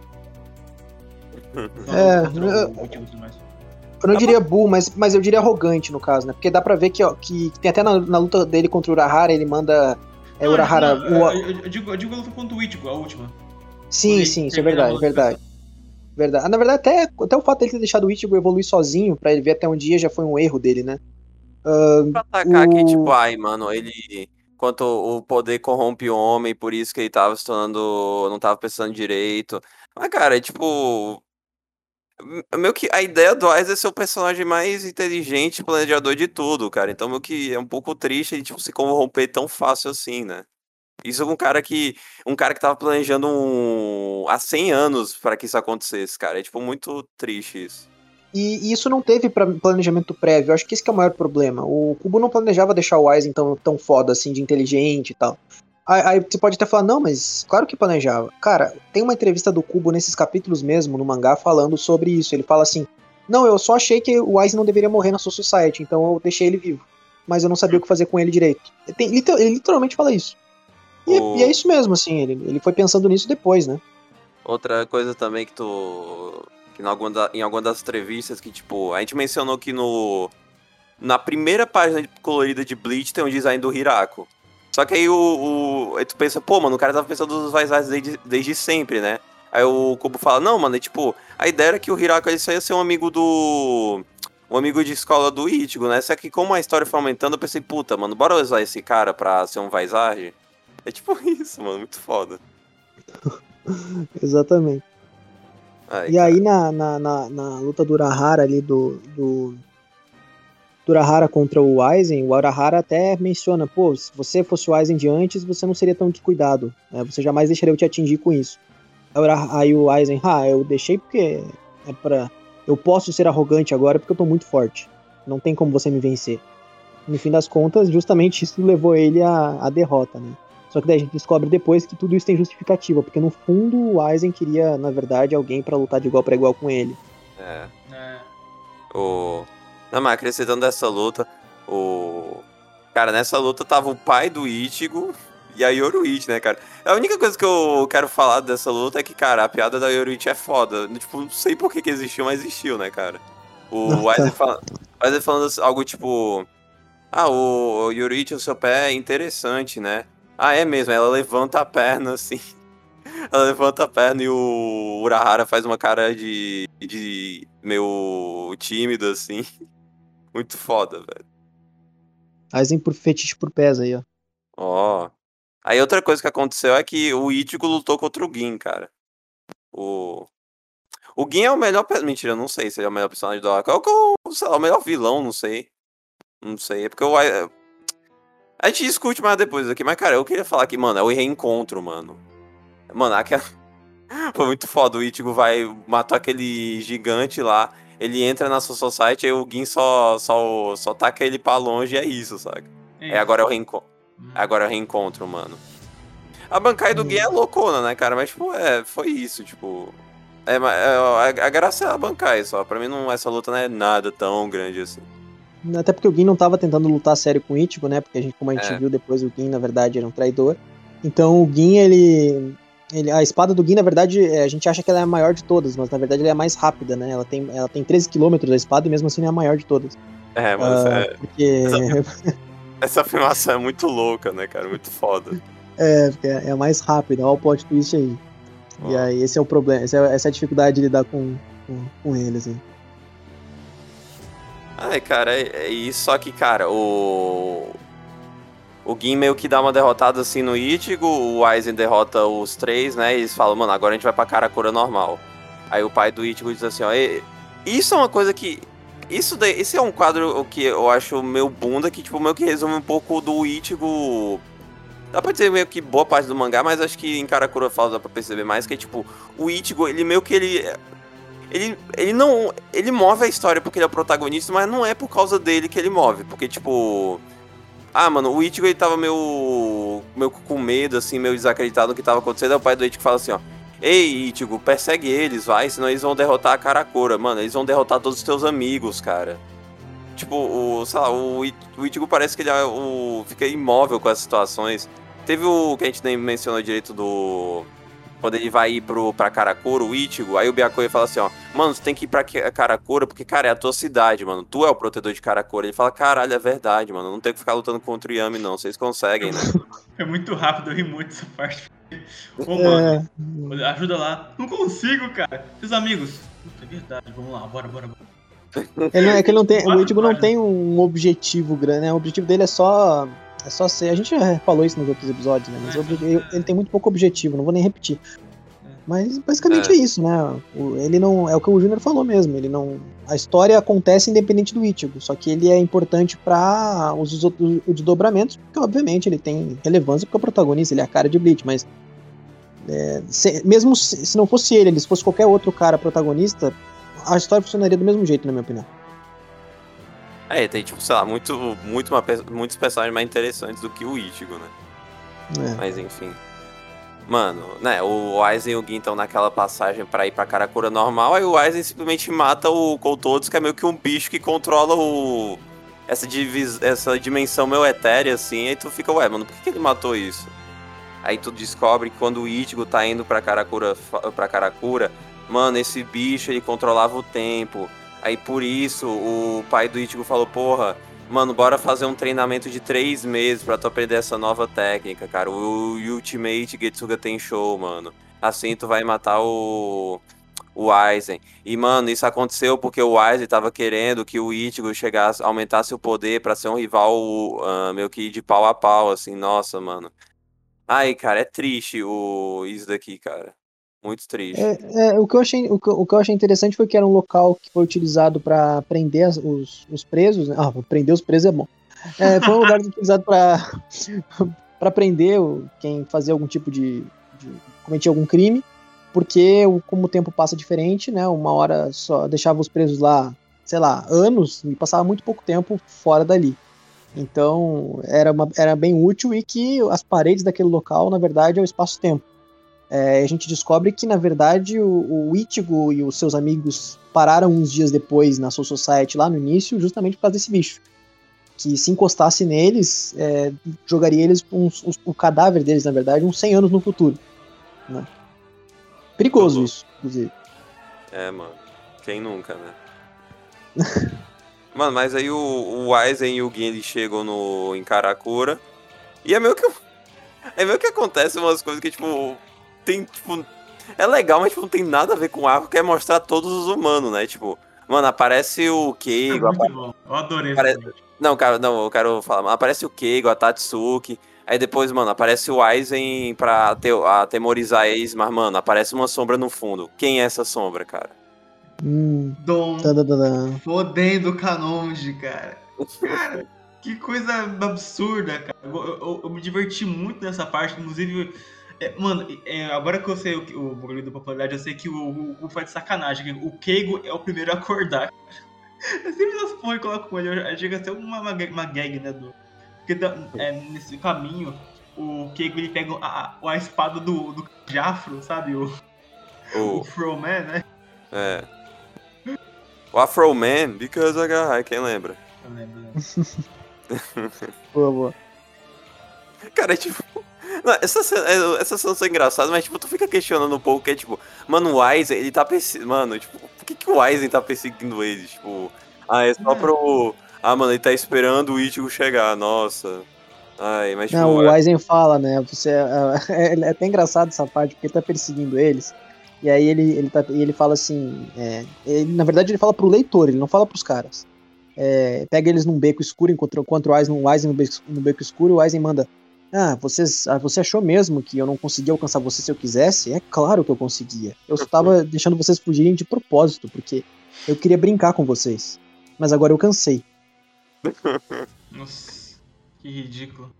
Eu não diria burro, mas eu diria arrogante no caso, né? Porque dá pra ver que tem até na luta dele contra o Urahara, ele manda... Urahara... Eu digo a luta contra o Ichigo, a última. Sim, isso é verdade. Na verdade, até o fato dele ter deixado o Ichigo evoluir sozinho, pra ele ver até um dia, já foi um erro dele, né? Pra atacar aqui, tipo, mano, ele... Quanto o poder corrompe o homem, por isso que ele tava se tornando... Não tava pensando direito. Mas, cara, tipo... Meio que a ideia do Aizen é ser o personagem mais inteligente, planejador de tudo, cara. Então, meio que é um pouco triste ele, tipo, se corromper tão fácil assim, né? Isso com um cara que tava planejando há 100 anos pra que isso acontecesse, cara. É, tipo, muito triste isso. E isso não teve planejamento prévio. Eu acho que esse que é o maior problema. O Kubo não planejava deixar o Aizen tão foda, assim, de inteligente e tal. Aí você pode até falar, não, mas claro que planejava. Cara, tem uma entrevista do Kubo nesses capítulos mesmo, no mangá, falando sobre isso. Ele fala assim, não, eu só achei que o Aizen não deveria morrer na Soul Society, então eu deixei ele vivo. Mas eu não sabia o que fazer com ele direito. Ele literalmente fala isso. E é isso mesmo, assim, ele foi pensando nisso depois, né? Outra coisa também que em alguma das entrevistas que, tipo, a gente mencionou que na primeira página colorida de Bleach tem um design do Hirako. Só que aí aí tu pensa, pô, mano, o cara tava pensando nos Vaisais desde sempre, né? Aí o Kubo fala, não, mano, tipo, a ideia era que o Hirako ele só ia ser um amigo de escola do Ichigo, né? Só que como a história foi aumentando, eu pensei, puta, mano, bora usar esse cara pra ser um Vaisage? É tipo isso, mano, muito foda. Exatamente. E cara, aí na luta do Urahara ali do Urahara contra o Aizen, o Urahara até menciona, pô, se você fosse o Aizen de antes, você não seria tão descuidado, né? Você jamais deixaria eu te atingir com isso. Aí o Aizen, eu deixei porque eu posso ser arrogante agora porque eu tô muito forte. Não tem como você me vencer. No fim das contas, justamente isso levou ele à derrota, né? Só que daí a gente descobre depois que tudo isso tem justificativa, porque no fundo o Aizen queria, na verdade, alguém pra lutar de igual pra igual com ele. Não, mas acrescentando dessa luta, cara, nessa luta tava o pai do Ichigo e a Yoruichi, né, cara? A única coisa que eu quero falar dessa luta é que, cara, a piada da Yoruichi é foda. Tipo, não sei por que existiu, mas existiu, né, cara? O Aizen falando algo tipo... o Yoruichi, o seu pé é interessante, né? É mesmo, ela levanta a perna, assim. Ela levanta a perna e o Urahara faz uma cara de meio tímido, assim. Muito foda, velho. Aizen por fetiche por pés aí, ó. Aí outra coisa que aconteceu é que o Ichigo lutou contra o Gin, cara. O Gin é o melhor... Mentira, eu não sei se ele é o melhor personagem do arco. Sei lá, o melhor vilão, não sei. Não sei, é porque a gente discute mais depois aqui. Mas, cara, eu queria falar que, mano, é o reencontro, mano. Mano, foi muito foda. O Ichigo matou aquele gigante lá. Ele entra na Soul Society e o Gin só taca ele pra longe e é isso, sabe? Agora é o reencontro, mano. A Bankai do Gin é loucona, né, cara? Mas, tipo, foi isso, tipo... A graça é a Bankai só. Pra mim, essa luta não é nada tão grande assim. Até porque o Gin não tava tentando lutar sério com o Ichigo, né? Porque como a gente viu depois, o Gin, na verdade, era um traidor. Então, o Gin, a espada do Gin, na verdade, a gente acha que ela é a maior de todas, mas na verdade ela é a mais rápida, né? Ela tem 13 km a espada e mesmo assim é a maior de todas. Mas porque... Essa afirmação é muito louca, né, cara? Muito foda. Porque é a mais rápida, olha o plot twist aí. E aí esse é o problema, essa é a dificuldade de lidar com eles, assim. Cara, é isso, só que, cara, o Gin meio que dá uma derrotada assim no Ichigo, o Aizen derrota os três, né, e eles falam, mano, agora a gente vai pra Karakura normal. Aí o pai do Ichigo diz assim, ó, isso é uma coisa que... Esse é um quadro que eu acho meio bunda, que tipo, meio que resume um pouco do Ichigo... Dá pra dizer meio que boa parte do mangá, mas acho que em Karakura Falls dá pra perceber mais, que é tipo, o Ichigo, ele meio que ele move a história porque ele é o protagonista, mas não é por causa dele que ele move, porque tipo... mano, o Ichigo ele tava meio com medo, assim, meio desacreditado no que tava acontecendo, aí o pai do Ichigo fala assim, ó, ei, Ichigo, persegue eles, vai, senão eles vão derrotar a Karakura, mano, eles vão derrotar todos os teus amigos, cara. Tipo, sei lá, o Ichigo parece que ele fica imóvel com as situações. Teve o que a gente nem mencionou direito quando ele vai ir pra Karakura, o Ichigo, aí o Byakuya fala assim, ó, mano, você tem que ir pra Karakura porque, cara, é a tua cidade, mano, tu é o protetor de Karakura. Ele fala, caralho, é verdade, mano, não tem que ficar lutando contra o Yami, não, vocês conseguem, né? É muito rápido, eu ri muito essa parte. Mano, ajuda lá. Não consigo, cara. Seus amigos. Puta, é verdade, vamos lá, bora. O Ichigo não tem um objetivo grande, né? O objetivo dele é só ser. A gente já falou isso nos outros episódios, né? Mas ele tem muito pouco objetivo, não vou nem repetir. Mas basicamente é isso, né? Ele não. É o que o Júnior falou mesmo. Ele não. A história acontece independente do Ichigo, só que ele é importante para os desdobramentos, porque obviamente ele tem relevância porque é o protagonista, ele é a cara de Bleach, mas. Mesmo se não fosse ele, se fosse qualquer outro cara protagonista, a história funcionaria do mesmo jeito, na minha opinião. Tem, tipo, sei lá, muitos personagens mais interessantes do que o Ichigo, né? Mas, enfim. Mano, né, o Aizen e o Gin estão naquela passagem pra ir pra Karakura normal, aí o Aizen simplesmente mata o Koutodous, que é meio que um bicho que controla essa dimensão meio etérea, assim, aí tu fica, mano, por que ele matou isso? Aí tu descobre que quando o Ichigo tá indo pra Karakura, mano, esse bicho, ele controlava o tempo. Aí por isso, o pai do Ichigo falou, porra, mano, bora fazer um treinamento de 3 meses pra tu aprender essa nova técnica, cara. O Ultimate Getsuga Tenshou, mano. Assim tu vai matar o Aizen. E, mano, isso aconteceu porque o Aizen tava querendo que o Ichigo aumentasse o poder pra ser um rival meio que de pau a pau, assim, nossa, mano. Ai, cara, é triste isso daqui, cara. Muito triste. O que eu achei interessante foi que era um local que foi utilizado para prender os presos, né? Prender os presos é bom. Foi um lugar utilizado para prender quem fazia algum tipo de cometia algum crime, porque como o tempo passa diferente, né? Uma hora só deixava os presos lá, sei lá, anos, e passava muito pouco tempo fora dali. Então era bem útil e que as paredes daquele local, na verdade, é o espaço-tempo. A gente descobre que, na verdade, o Ichigo e os seus amigos pararam uns dias depois na Soul Society lá no início, justamente por causa desse bicho. Que se encostasse neles, jogaria eles, o cadáver deles, na verdade, uns 100 anos no futuro. Né? Perigoso isso, inclusive. Mano. Quem nunca, né? Mano, mas aí o Aizen e o Gin, eles chegam em Karakura. E é meio que acontece umas coisas que, tipo... Tem, tipo... É legal, mas tipo, não tem nada a ver com o arco, que é mostrar todos os humanos, né? Tipo... Mano, aparece o Keigo... É muito bom. Eu adorei isso. Não, cara, não, eu quero falar. Aparece o Keigo, a Tatsuki. Aí depois, mano, aparece o Aizen pra atemorizar eles. Mas, mano, aparece uma sombra no fundo. Quem é essa sombra, cara? Dom. Fodendo Kanonji, cara. Cara, que coisa absurda, cara. Eu me diverti muito nessa parte. Inclusive, mano, agora que eu sei o bagulho da popularidade, eu sei que o faz de sacanagem. O Keigo é o primeiro a acordar. Eu sempre essas porra e coloco com ele. Chega a ser uma gag, né? Porque nesse caminho, o Keigo ele pega a espada do Jafro, sabe? O Froman, né? É. O Afro Man, because I got high, quem lembra? Eu lembro. Boa. Cara, tipo... Não, essas cenas são engraçadas, mas, tipo, tu fica questionando um pouco, que é, tipo... Mano, o Aizen, ele tá perseguindo... Mano, tipo, por que o Aizen tá perseguindo ele? Tipo... é só pro... mano, ele tá esperando o Ichigo chegar, nossa... mas, tipo... Não, o Aizen fala, né? É até engraçado essa parte, porque ele tá perseguindo eles. E aí ele fala assim... na verdade, ele fala pro leitor, ele não fala pros caras. Pega eles num beco escuro, encontra o Aizen no beco escuro, o Aizen manda... você achou mesmo que eu não conseguia alcançar você se eu quisesse? É claro que eu conseguia. Eu estava deixando vocês fugirem de propósito, porque eu queria brincar com vocês. Mas agora eu cansei. Nossa, que ridículo.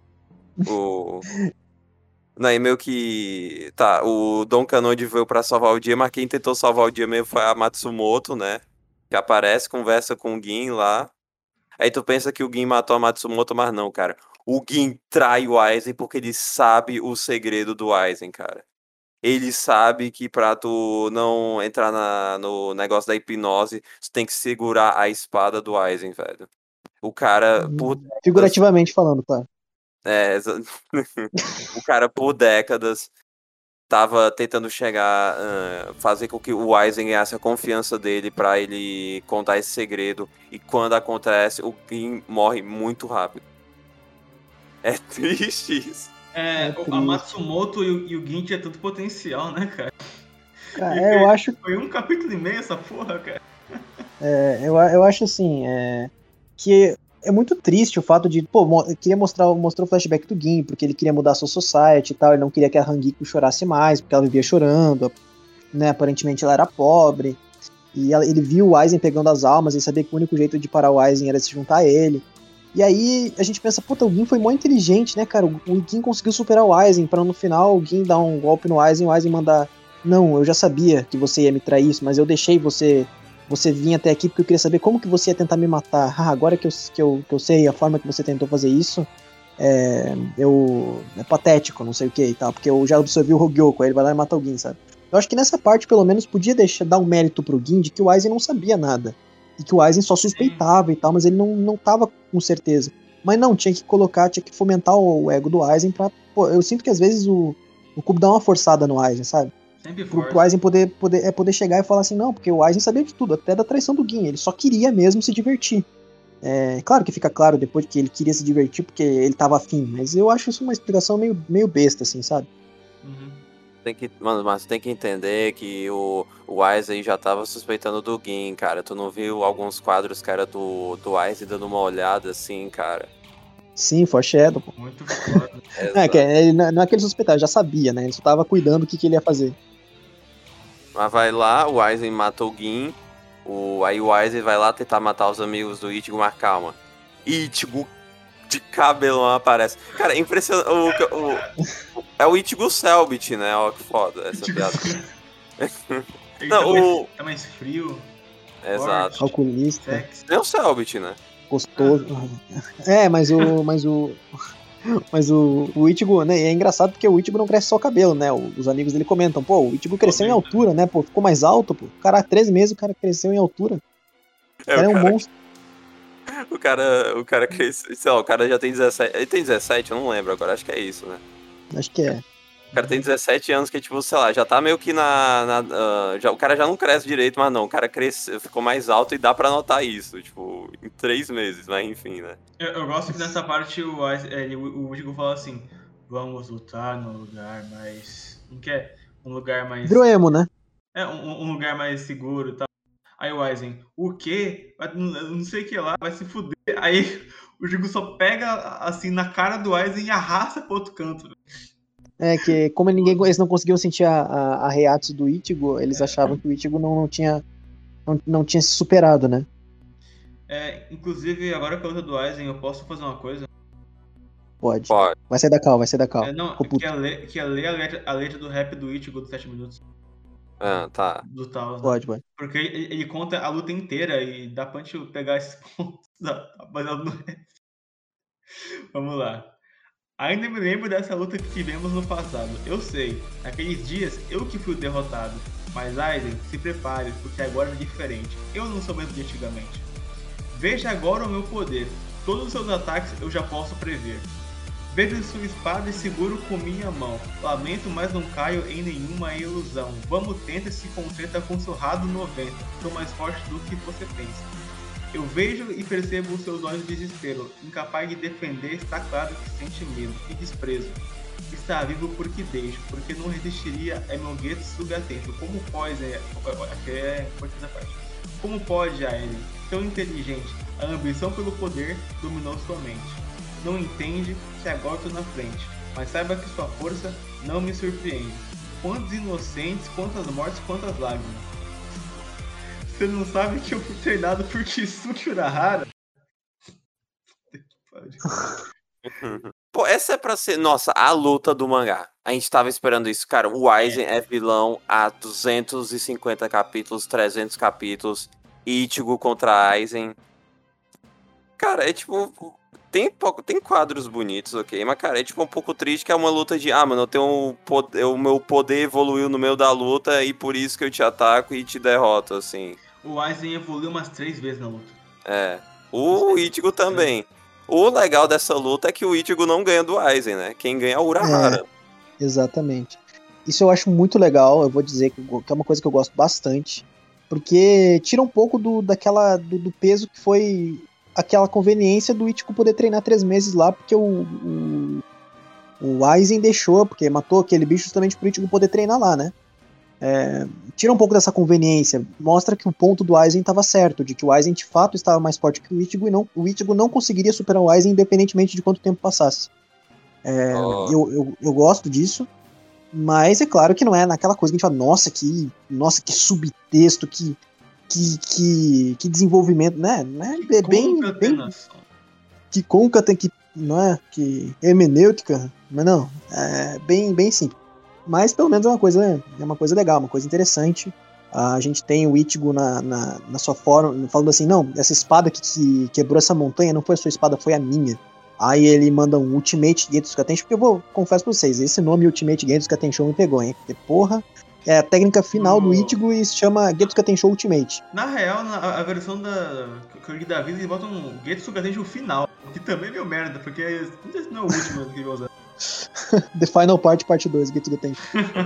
Aí meio que... Tá, o Don Kanonji veio pra salvar o dia, mas quem tentou salvar o dia mesmo foi a Matsumoto, né? Que aparece, conversa com o Gin lá. Aí tu pensa que o Gin matou a Matsumoto, mas não, cara. O Gin trai o Aizen porque ele sabe o segredo do Aizen, cara. Ele sabe que pra tu não entrar no negócio da hipnose, tu tem que segurar a espada do Aizen, velho. O cara... Figurativamente falando, tá? O cara, por décadas, tava tentando fazer com que o Aizen ganhasse a confiança dele pra ele contar esse segredo. E quando acontece, o Gin morre muito rápido. É triste isso. A Matsumoto e o Gin tinha tanto potencial, né, cara? Eu acho... Foi 1 capítulo e meio essa porra, cara. Eu acho assim, que é muito triste o fato de, queria mostrou o flashback do Gin, porque ele queria mudar a sua society e tal, ele não queria que a Hangiko chorasse mais, porque ela vivia chorando, né, aparentemente ela era pobre, e ele viu o Aizen pegando as almas, e sabia que o único jeito de parar o Aizen era se juntar a ele, e aí a gente pensa, o Gin foi mó inteligente, né, cara, o Gin conseguiu superar o Aizen, pra no final o Gin dar um golpe no Aizen, o Aizen mandar, não, eu já sabia que você ia me trair isso, mas eu deixei você vir até aqui porque eu queria saber como que você ia tentar me matar. Agora que eu sei a forma que você tentou fazer isso, é patético, não sei o que e tal, porque eu já absorvi o Hogyoko, aí ele vai lá e mata alguém, sabe? Eu acho que nessa parte, pelo menos, podia dar um mérito pro Gin de que o Aizen não sabia nada, e que o Aizen só suspeitava e tal, mas ele não tava com certeza. Mas não, tinha que fomentar o ego do Aizen pra... eu sinto que às vezes o Kubo dá uma forçada no Aizen, sabe? Pro Aizen poder chegar e falar assim, não, porque o Aizen sabia de tudo, até da traição do Gin, ele só queria mesmo se divertir. Claro que fica claro depois que ele queria se divertir porque ele tava afim, mas eu acho isso uma explicação meio besta, assim, sabe? Uhum. Mas tem que entender que o Aizen já tava suspeitando do Gin, cara. Tu não viu alguns quadros, cara, do Aizen dando uma olhada assim, cara? Sim, foreshadow, pô. Muito foda. Não é que ele suspeitava, já sabia, né? Ele só tava cuidando do que ele ia fazer. Mas vai lá, o Aizen mata o Gin. Aí o Aizen vai lá tentar matar os amigos do Ichigo, mas calma. Ichigo de cabelão aparece. Cara, impressionante. É o Ichigo Selbit, né? Ó, que foda essa piada. Ele tá mais frio. Exato. Calculista. É o Selbit, né? gostoso. Mas o Ichigo, né, é engraçado porque o Ichigo não cresce só o cabelo, né? Os amigos dele comentam, pô, o Ichigo cresceu em altura, né? Pô, ficou mais alto, pô. O cara, há 3 meses, o cara cresceu em altura. O cara é um monstro. O cara cresceu, sei lá, o cara já tem 17, ele tem 17, eu não lembro agora, acho que é isso, né? Acho que é. O cara tem 17 anos que, tipo, sei lá, já tá meio que o cara já não cresce direito, mas não, o cara ficou mais alto e dá pra notar isso, tipo, em 3 meses, mas enfim, né? Eu gosto que nessa parte o Ichigo fala assim, vamos lutar num lugar mais... Não quer? Um lugar mais... Virou emo, né? Um lugar mais seguro e tal. Aí o Aizen, o quê? Não sei o que lá, vai se fuder. Aí o Ichigo só pega, assim, na cara do Aizen e arrasta pro outro canto. É que, como eles não conseguiam sentir a reatos do Ichigo, eles achavam que o Ichigo não tinha se superado, né? Inclusive, agora com a luta do Aizen, eu posso fazer uma coisa? Pode. Vai sair da cal. Não, que é ler a letra do rap do Ichigo dos 7 minutos. Ah, tá. Do Taos, né? Pode. Porque ele conta a luta inteira e dá pra gente pegar esses pontos baseado no rap. Vamos lá. Ainda me lembro dessa luta que tivemos no passado. Eu sei, naqueles dias eu que fui o derrotado. Mas Aizen, se prepare, porque agora é diferente. Eu não sou mesmo de antigamente. Veja agora o meu poder. Todos os seus ataques eu já posso prever. Vejo sua espada e seguro com minha mão. Lamento, mas não caio em nenhuma ilusão. Vamos, tenta se contenta com seu rado 90. Sou mais forte do que você pensa. Eu vejo e percebo os seus olhos de desespero. Incapaz de defender, está claro que sente medo e desprezo. Está vivo porque deixo, porque não resistiria a meu Getsuga Tensho. Como pode, Como pode, Aizen, tão inteligente, a ambição pelo poder dominou sua mente. Não entende que agora estou na frente, mas saiba que sua força não me surpreende. Quantos inocentes, quantas mortes, quantas lágrimas. Você não sabe que eu fui treinado por Kisuke Urahara? Pô, essa é pra ser, nossa, a luta do mangá. A gente tava esperando isso, cara. O Aizen é vilão há 250 capítulos, 300 capítulos. Ichigo contra Aizen. Cara, é tipo... Tem quadros bonitos, ok? Mas, cara, é tipo um pouco triste que é uma luta de... Ah, mano, eu tenho o meu poder evoluiu no meio da luta e por isso que eu te ataco e te derroto, assim. O Aizen evoluiu umas 3 vezes na luta. O Ichigo também. O legal dessa luta é que o Ichigo não ganha do Aizen, né? Quem ganha é o Urahara. Exatamente. Isso eu acho muito legal, eu vou dizer que é uma coisa que eu gosto bastante, porque tira um pouco do peso que foi aquela conveniência do Ichigo poder treinar 3 meses lá, porque o Aizen deixou, porque matou aquele bicho justamente pro Ichigo poder treinar lá, né? Tira um pouco dessa conveniência, mostra que o ponto do Aizen estava certo, de que o Aizen de fato estava mais forte que o Ichigo e o Ichigo não conseguiria superar o Aizen independentemente de quanto tempo passasse. Eu gosto disso, mas é claro que não é naquela coisa que a gente fala, nossa, que subtexto, que desenvolvimento, né? É bem que conca tem que, não é? Que hermenêutica, mas não, é bem simples. Mas pelo menos é uma coisa legal, uma coisa interessante. A gente tem o Ichigo na sua forma, falando assim, não, essa espada que quebrou essa montanha não foi a sua espada, foi a minha. Aí ele manda um Ultimate Getsuga Tensho, porque confesso pra vocês, esse nome Ultimate Getsuga Tensho me pegou, hein? Porque, porra, é a técnica final do Ichigo e se chama Getsuga Tensho Ultimate. Na real, a versão que eu li da vida, eles botam um Getsuga Tensho final, que também é meio merda, porque não é o último que ele vai usar. The Final Parte 2, Getsuga Tensho.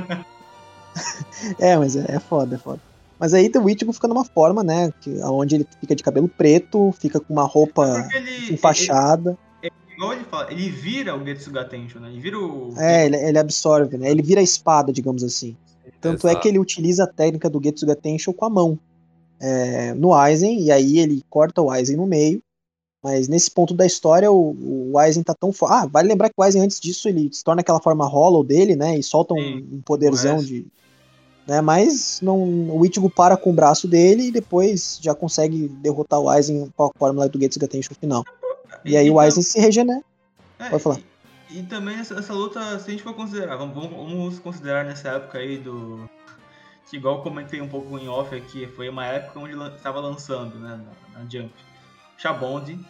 Mas é foda. Mas aí o Ichigo fica numa forma, né, onde ele fica de cabelo preto, fica com uma roupa enfaixada. Igual ele fala, ele vira o Getsuga Tensho, né? Ele vira o... ele absorve, né? Ele vira a espada, digamos assim. Tanto é que ele utiliza a técnica do Getsuga Tensho com a mão no Aizen, e aí ele corta o Aizen no meio. Mas nesse ponto da história, o Aizen tá tão forte. Vale lembrar que o Aizen, antes disso, ele se torna aquela forma hollow dele, né? E solta um poderzão de... Né, mas o Ichigo para com o braço dele e depois já consegue derrotar o Aizen com a fórmula do Getsuga Tensho no final. E aí o Aizen se regenera. Pode falar. E também essa luta, se a gente for considerar, vamos considerar nessa época aí que igual eu comentei um pouco em off aqui, foi uma época onde estava lançando, né, na Jump, Shabond,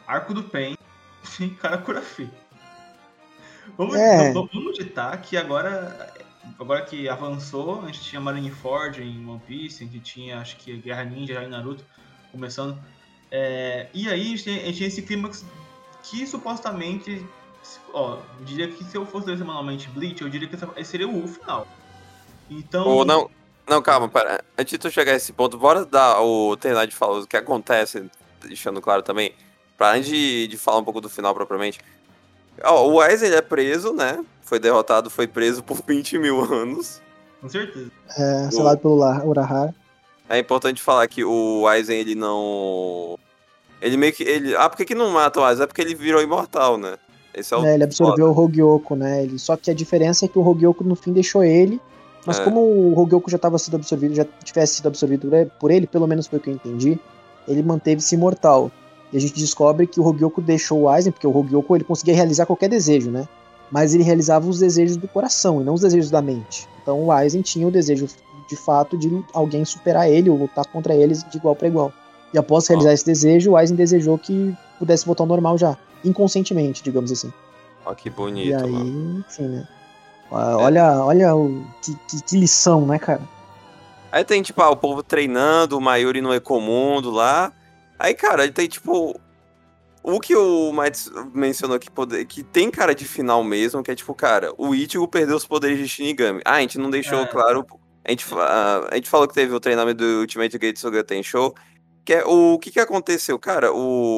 Arco do Pen e Karakura Fi. Vamos ditar que agora que avançou, a gente tinha Marineford em One Piece, a gente tinha, acho que, Guerra Ninja já em Naruto, começando. E aí a gente tinha esse clímax que supostamente, eu diria que se eu fosse ler semanalmente Bleach, eu diria que esse seria o final. Então... Não, calma, pera. Antes de tu chegar a esse ponto, bora terminar de falar o que acontece, deixando claro também, antes de falar um pouco do final propriamente. O Aizen, ele é preso, né? Foi derrotado, foi preso por 20 mil anos. Com certeza. Selado pelo Urahara. É importante falar que o Aizen, ele não... Ele meio que... por que não mata o Aizen? É porque ele virou imortal, né? Esse é o ele absorveu o Hogyoku, né? Só que a diferença é que o Hogyoku no fim deixou ele, mas como o Hogyoku já tivesse sido absorvido por ele, pelo menos foi o que eu entendi, ele manteve-se imortal. E a gente descobre que o Hogyoku deixou o Aizen, porque o Hogyoku ele conseguia realizar qualquer desejo, né? Mas ele realizava os desejos do coração e não os desejos da mente. Então o Aizen tinha o desejo, de fato, de alguém superar ele ou lutar contra eles de igual para igual. E após realizar esse desejo, o Aizen desejou que pudesse voltar ao normal já. Inconscientemente, digamos assim. Ó, que bonito, e aí, mano. Enfim, né? Olha que lição, né, cara? Aí tem, tipo, o povo treinando, o Mayuri no Ecomundo lá. Aí, cara, ele tem, tipo... O que o Mads mencionou que tem cara de final mesmo, que é tipo, cara, o Ichigo perdeu os poderes de Shinigami. A gente não deixou claro... A gente falou que teve o treinamento do Ultimate Getsuga Tensho, que é o que aconteceu, cara,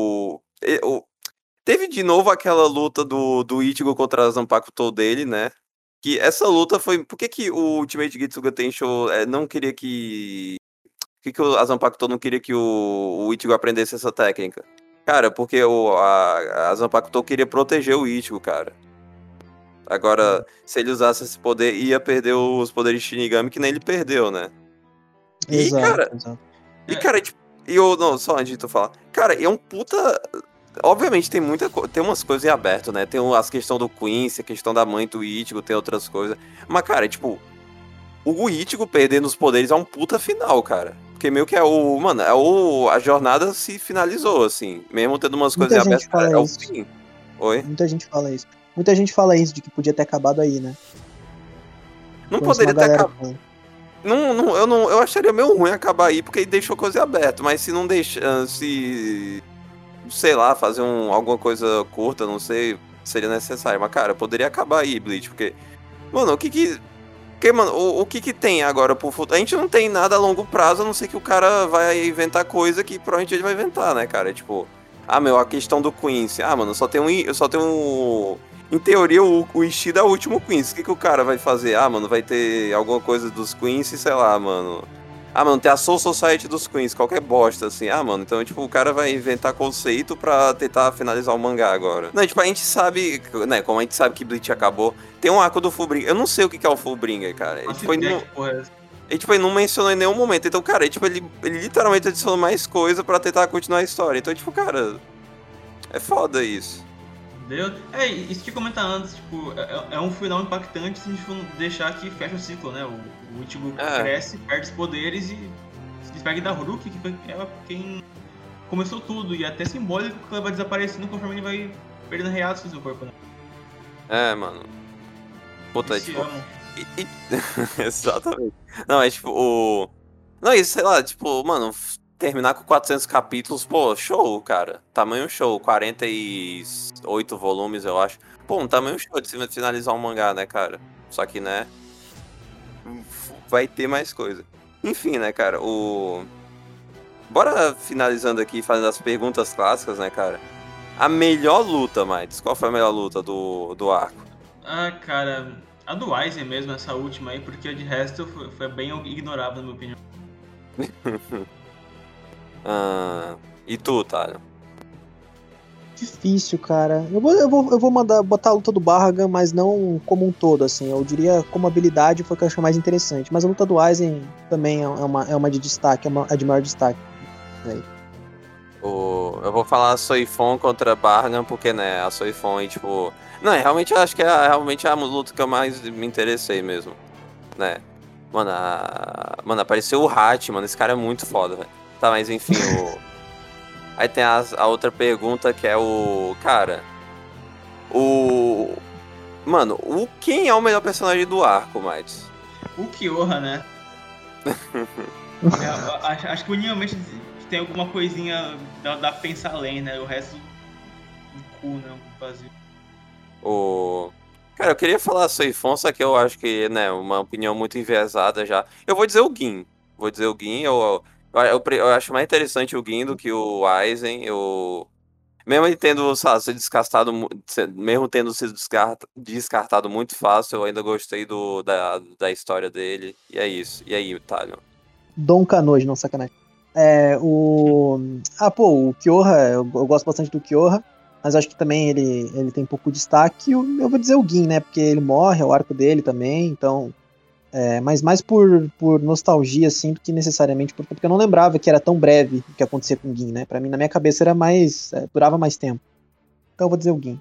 teve de novo aquela luta do Ichigo contra a Zanpakuto dele, né? Que essa luta foi... Por que o Ultimate Getsuga Tensho não queria que... Por que a Zanpakuto não queria que o Ichigo aprendesse essa técnica? Cara, porque a Zanpakuto queria proteger o Ichigo, cara. Agora, se ele usasse esse poder, ia perder os poderes de Shinigami, que nem ele perdeu, né? Exato. Não, só antes de tu falar. Cara, é um puta... Obviamente tem umas coisas em aberto, né? Tem as questões do Quincy, a questão da mãe do Ichigo, tem outras coisas. Mas, cara, tipo... O Ichigo perdendo os poderes é um puta final, cara. Porque meio que a jornada se finalizou, assim. Mesmo tendo umas coisas em aberto, é o fim. Oi? Muita gente fala isso. Muita gente fala isso, de que podia ter acabado aí, né? Não poderia ter acabado. Eu acharia meio ruim acabar aí, porque ele deixou coisa aberta. Mas se não deixa... sei lá, fazer alguma coisa curta, não sei, seria necessário. Mas, cara, poderia acabar aí, Bleach, porque... Mano, o que tem agora pro futuro? A gente não tem nada a longo prazo, a não ser que o cara vai inventar coisa que provavelmente ele vai inventar, né, cara? Tipo, a questão do Quincy. Mano, só tem um... Em teoria, o Ishida é o último Quincy. O que o cara vai fazer? Mano, vai ter alguma coisa dos Quincy, sei lá, mano. Mano, tem a Soul Society dos Queens, qualquer bosta, assim. Mano, então, tipo, o cara vai inventar conceito pra tentar finalizar o mangá agora. Não, tipo, a gente sabe, né, como a gente sabe que Bleach acabou, tem um arco do Fullbringer. Eu não sei o que é o Fullbringer, cara. Ele não mencionou em nenhum momento. Então, cara, ele literalmente adicionou mais coisa pra tentar continuar a história. Então, tipo, cara, é foda isso. Entendeu? Isso que comentar antes, tipo, é um final impactante se a gente deixar que fecha o ciclo, né? O Ichigo cresce, perde os poderes e se despega da Haruki, que foi quem começou tudo. E até simbólico que ela vai desaparecendo conforme ele vai perdendo reatos do seu corpo, né? Mano. Puta, tipo... Exatamente. Não, é tipo, Não, isso, sei lá, tipo, mano... Terminar com 400 capítulos, pô, show, cara. Tamanho show, 48 volumes, eu acho. Pô, um tamanho show de finalizar um mangá, né, cara? Só que, né, vai ter mais coisa. Enfim, né, cara, Bora finalizando aqui, fazendo as perguntas clássicas, né, cara? A melhor luta, Mads, qual foi a melhor luta do arco? Cara, a do Aizen mesmo, essa última aí, porque a de resto foi bem ignorável, na minha opinião. E tu, Thales? Difícil, cara. Eu vou botar a luta do Barragan, mas não como um todo, assim. Eu diria como habilidade foi o que eu achei mais interessante. Mas a luta do Aizen também é uma de destaque, é de maior destaque. Eu vou falar a Soifon contra Barragan, porque, né, a Soifon aí, tipo... Não, realmente eu acho que é realmente a luta que eu mais me interessei mesmo, né? Mano, apareceu o Hat, mano, esse cara é muito foda, velho. Tá, mas enfim, Aí tem a outra pergunta que é o... Cara, o... Mano, quem é o melhor personagem do arco, Miles? O Kyoha, né? Acho que minimamente tem alguma coisinha dá pra pensar além, né? O resto do cu, né? Vazio. Cara, eu queria falar Soifon, só que eu acho que, né, uma opinião muito enviesada já. Eu vou dizer o Gin. Eu acho mais interessante o Gin do que o Aizen. Mesmo ele tendo, sabe, sido descartado, mesmo tendo sido descartado muito fácil, eu ainda gostei da história dele. E é isso. E aí, Thalion? Dom Canojo, não, sacanagem. O Kyoha, eu gosto bastante do Kyoha, mas acho que também ele tem pouco destaque. Eu vou dizer o Gin, né? Porque ele morre, é o arco dele também, então. Mas mais por nostalgia, assim, do que necessariamente porque eu não lembrava que era tão breve o que acontecia com o Gin, né? Pra mim, na minha cabeça, era mais. Durava mais tempo. Então eu vou dizer o Gin.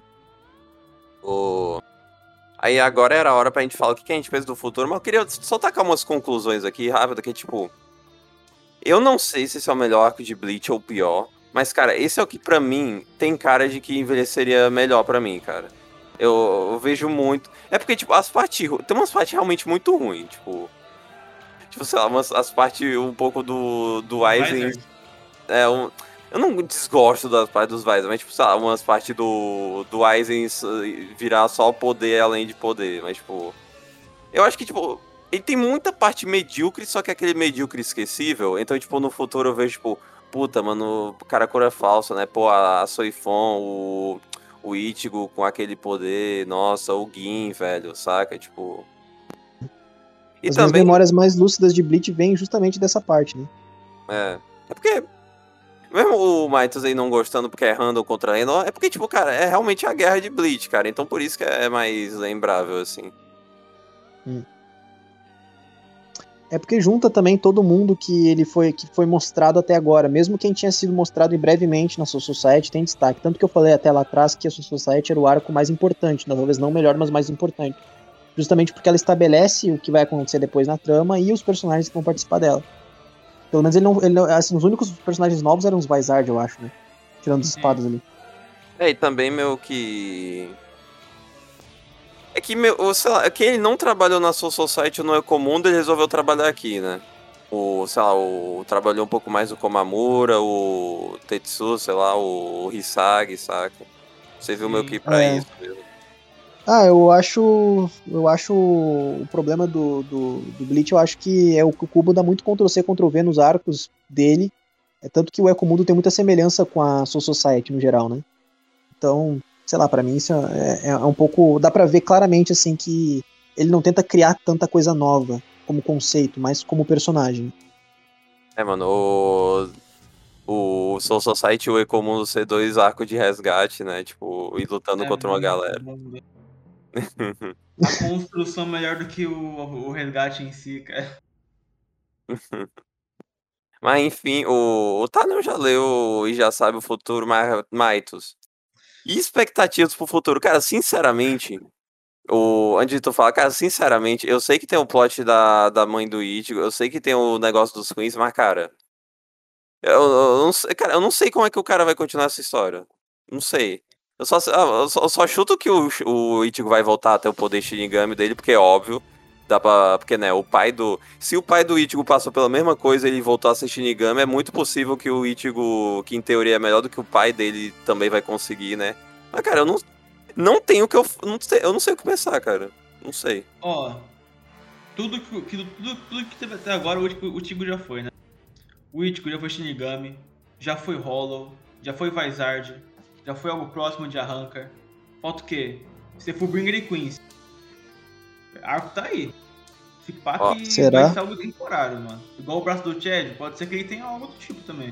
Aí agora era a hora pra gente falar o que a gente fez do futuro, mas eu queria só tacar umas conclusões aqui rápido, que tipo. Eu não sei se esse é o melhor arco de Bleach ou o pior, mas, cara, esse é o que pra mim tem cara de que envelheceria melhor pra mim, cara. Eu vejo muito. É porque, tipo, tem umas partes realmente muito ruins, tipo. Tipo, sei lá, as partes um pouco do Aizen. Eu não desgosto das partes dos Weiser, mas, tipo, sei lá, umas partes do Aizen virar só poder além de poder, mas, tipo. Eu acho que, tipo, ele tem muita parte medíocre, só que é aquele medíocre esquecível. Então, tipo, no futuro eu vejo, tipo, puta, mano, o Karakura é falso, né? Pô, a Soifon, o Ichigo com aquele poder, nossa, o Gin, velho, saca? Tipo. E As também. minhas memórias mais lúcidas de Bleach vêm justamente dessa parte, né? É porque. Mesmo o Maitos aí não gostando porque é random contra random, é porque, tipo, cara, é realmente a guerra de Bleach, cara. Então por isso que é mais lembrável, assim. É porque junta também todo mundo que foi mostrado até agora. Mesmo quem tinha sido mostrado brevemente na Soul Society tem destaque. Tanto que eu falei até lá atrás que a Soul Society era o arco mais importante, né? Talvez não o melhor, mas mais importante. Justamente porque ela estabelece o que vai acontecer depois na trama e os personagens que vão participar dela. Pelo menos assim, os únicos personagens novos eram os Vizard, eu acho, né? Tirando as espadas ali. E também, meu, que... É que, meu, sei lá, quem ele não trabalhou na Soul Society no Ecomundo, ele resolveu trabalhar aqui, né? Trabalhou um pouco mais o Komamura, o Tetsu, sei lá, o Hisagi, saca? Você viu meio que pra isso mesmo. Eu acho o problema do Bleach, eu acho que o Kubo dá muito Ctrl-C, Ctrl-V nos arcos dele, tanto que o Ecomundo tem muita semelhança com a Soul Society no geral, né? Então, sei lá, pra mim isso é um pouco, dá pra ver claramente, assim, que ele não tenta criar tanta coisa nova como conceito, mas como personagem. Mano, o Soul Society e o Ecomundo ser dois arcos de resgate, né? Tipo, ir lutando contra uma galera. A construção melhor do que o resgate em si, cara. Mas enfim, o Thanon já leu e já sabe o futuro, Maitos. E expectativas pro futuro? Cara, sinceramente, antes de tu falar, cara, sinceramente, eu sei que tem o plot da mãe do Ichigo, eu sei que tem o negócio dos Queens, mas, cara, eu não sei, cara, eu não sei como é que o cara vai continuar essa história. Não sei. Eu só chuto que o Ichigo vai voltar até o poder Shinigami dele, porque é óbvio. Porque, né, se o pai do Ichigo passou pela mesma coisa e ele voltou a ser Shinigami, é muito possível que o Ichigo, que em teoria é melhor do que o pai dele, também vai conseguir, né? Mas, cara, não tenho o que eu não sei o que pensar, cara. Não sei. Tudo que teve até agora, o Ichigo já foi, né? O Ichigo já foi Shinigami, já foi Hollow, já foi Vizard, já foi algo próximo de Arrancar. Falta o quê? Se for Bringer e Queens. Arco tá aí. Se pá que será? vai ser algo temporário, mano. Igual o braço do Chad, pode ser que ele tenha algo do tipo também.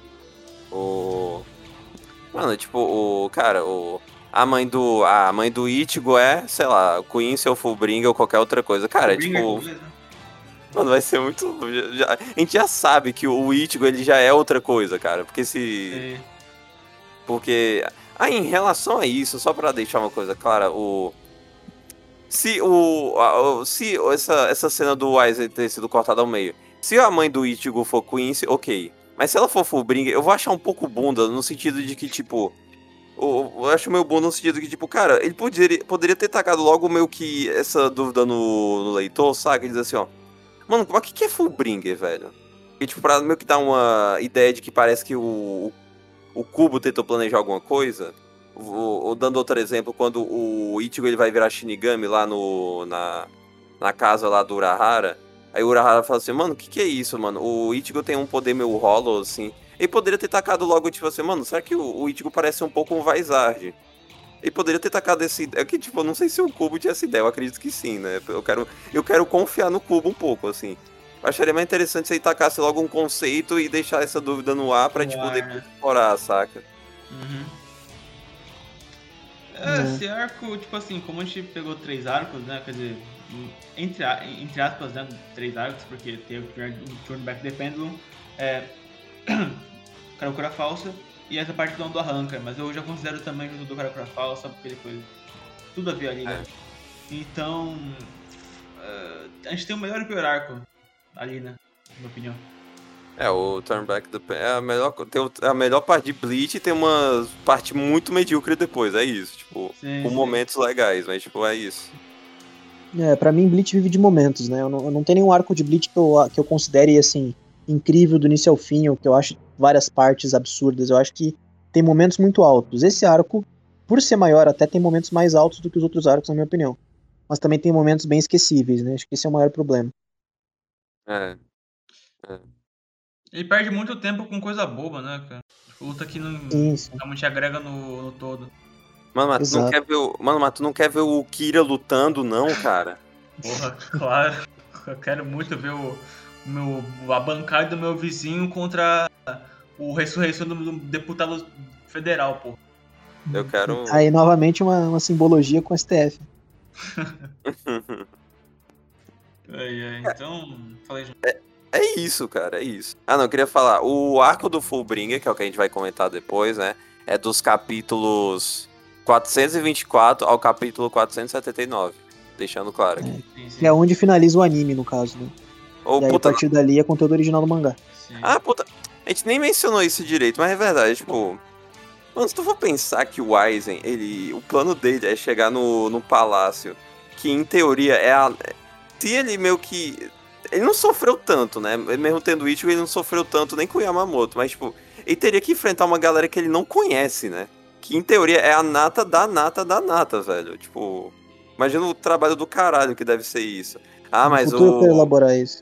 Mano, tipo, a mãe do Ichigo é, sei lá, Quincy ou Fullbringer ou qualquer outra coisa. Cara, é tipo... Mano, vai ser muito... a gente já sabe que o Ichigo, ele já é outra coisa, cara. Porque se... Porque... em relação a isso, só pra deixar uma coisa clara, se essa cena do Aizen ter sido cortada ao meio, se a mãe do Ichigo for Quincy, ok. Mas se ela for Fullbringer, eu vou achar um pouco bunda, no sentido de que, tipo... Eu acho meio bunda no sentido que, tipo, cara, ele poderia ter tacado logo meio que essa dúvida no leitor, sabe? Ele diz assim, ó... Mano, mas o que é Fullbringer, velho? E, tipo, pra meio que dar uma ideia de que parece que o Kubo tentou planejar alguma coisa... Ou dando outro exemplo, quando o Ichigo ele vai virar Shinigami lá na casa lá do Urahara, aí o Urahara fala assim, mano, o que é isso, mano? O Ichigo tem um poder meio hollow, assim. Ele poderia ter tacado logo, tipo assim, mano, será que o Ichigo parece um pouco um Vizard? Ele poderia ter tacado esse... É que, tipo, eu não sei se o Kubo tinha essa ideia, eu acredito que sim, né? Eu quero confiar no Kubo um pouco, assim. Eu acharia mais interessante se ele tacasse logo um conceito e deixar essa dúvida no ar pra, tipo, depois explorar, saca? Esse arco, tipo assim, como a gente pegou 3 arcos, né? Quer dizer, entre aspas, né? 3 arcos, porque tem o Turn Back the Pendulum, Karakura Falsa e essa parte do Arranca, mas eu já considero também junto do Karakura Falsa, porque ele foi tudo a ver ali, né? Então, a gente tem o melhor e o pior arco ali, né? Na minha opinião. O Turn Back the Pendulum é a melhor parte de Bleach e tem uma parte muito medíocre depois, é isso, tipo, com momentos legais, mas tipo, é isso. Pra mim Bleach vive de momentos, né, eu não tenho nenhum arco de Bleach que eu considere, assim, incrível do início ao fim, ou que eu acho várias partes absurdas, eu acho que tem momentos muito altos. Esse arco, por ser maior, até tem momentos mais altos do que os outros arcos, na minha opinião, mas também tem momentos bem esquecíveis, né, acho que esse é o maior problema. Ele perde muito tempo com coisa boba, né, cara? Luta que não realmente agrega no todo. Mano, mas tu não quer ver o Kira lutando, não, cara? Porra, claro. Eu quero muito ver a bancada do meu vizinho contra o ressurreição do deputado federal, pô. Eu quero... Aí, novamente, uma simbologia com o STF. Então, falei já. É isso, cara, é isso. Ah, não, eu queria falar. O arco do Fullbringer, que é o que a gente vai comentar depois, né? É dos capítulos 424 ao capítulo 479. Deixando claro aqui. Que é onde finaliza o anime, no caso, né? E aí, a partir dali, é conteúdo original do mangá. Sim. Ah, puta. A gente nem mencionou isso direito, mas é verdade, tipo... Mano, se tu for pensar que o Aizen, o plano dele é chegar no palácio, que em teoria se ele meio que... Ele não sofreu tanto, né? Mesmo tendo o Ichigo, ele não sofreu tanto nem com o Yamamoto. Mas, tipo, ele teria que enfrentar uma galera que ele não conhece, né? Que, em teoria, é a nata da nata, velho. Tipo, imagina o trabalho do caralho que deve ser isso. Mas eu quero elaborar isso.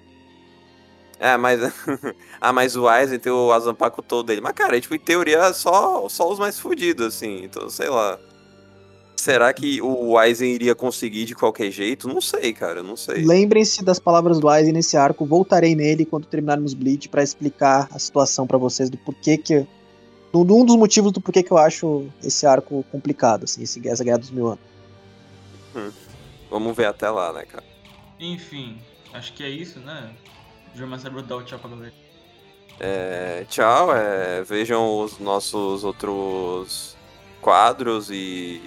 Mas o Aizen tem o Azampaco todo dele. Mas, cara, tipo, em teoria, é só os mais fodidos, assim. Então, sei lá. Será que o Aizen iria conseguir de qualquer jeito? Não sei, cara, não sei. Lembrem-se das palavras do Aizen nesse arco. Voltarei nele quando terminarmos Bleach pra explicar a situação pra vocês do porquê que... Um dos motivos do porquê que eu acho esse arco complicado, assim, essa Guerra dos 1000 anos. Vamos ver até lá, né, cara? Enfim, acho que é isso, né? Jormassa Brutal, tchau pra galera. Tchau, vejam os nossos outros quadros e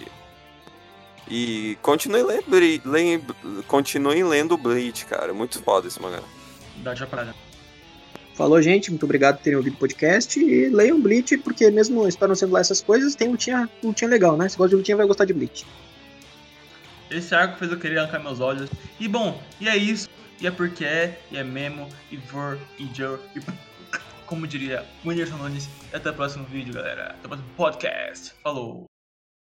continuem lendo Bleach, cara. Muito foda esse mangá. Dá tchau pra galera. Falou, gente. Muito obrigado por terem ouvido o podcast. E leiam Bleach, porque mesmo esperando sendo lá essas coisas, tem lutinha legal, né? Se gosta de lutinha, vai gostar de Bleach. Esse arco fez eu querer arrancar meus olhos. E bom, e é isso. E é porque e é mesmo. E vor, e jor, e... Como diria o Whindersson Nunes. Até o próximo vídeo, galera. Até o próximo podcast. Falou.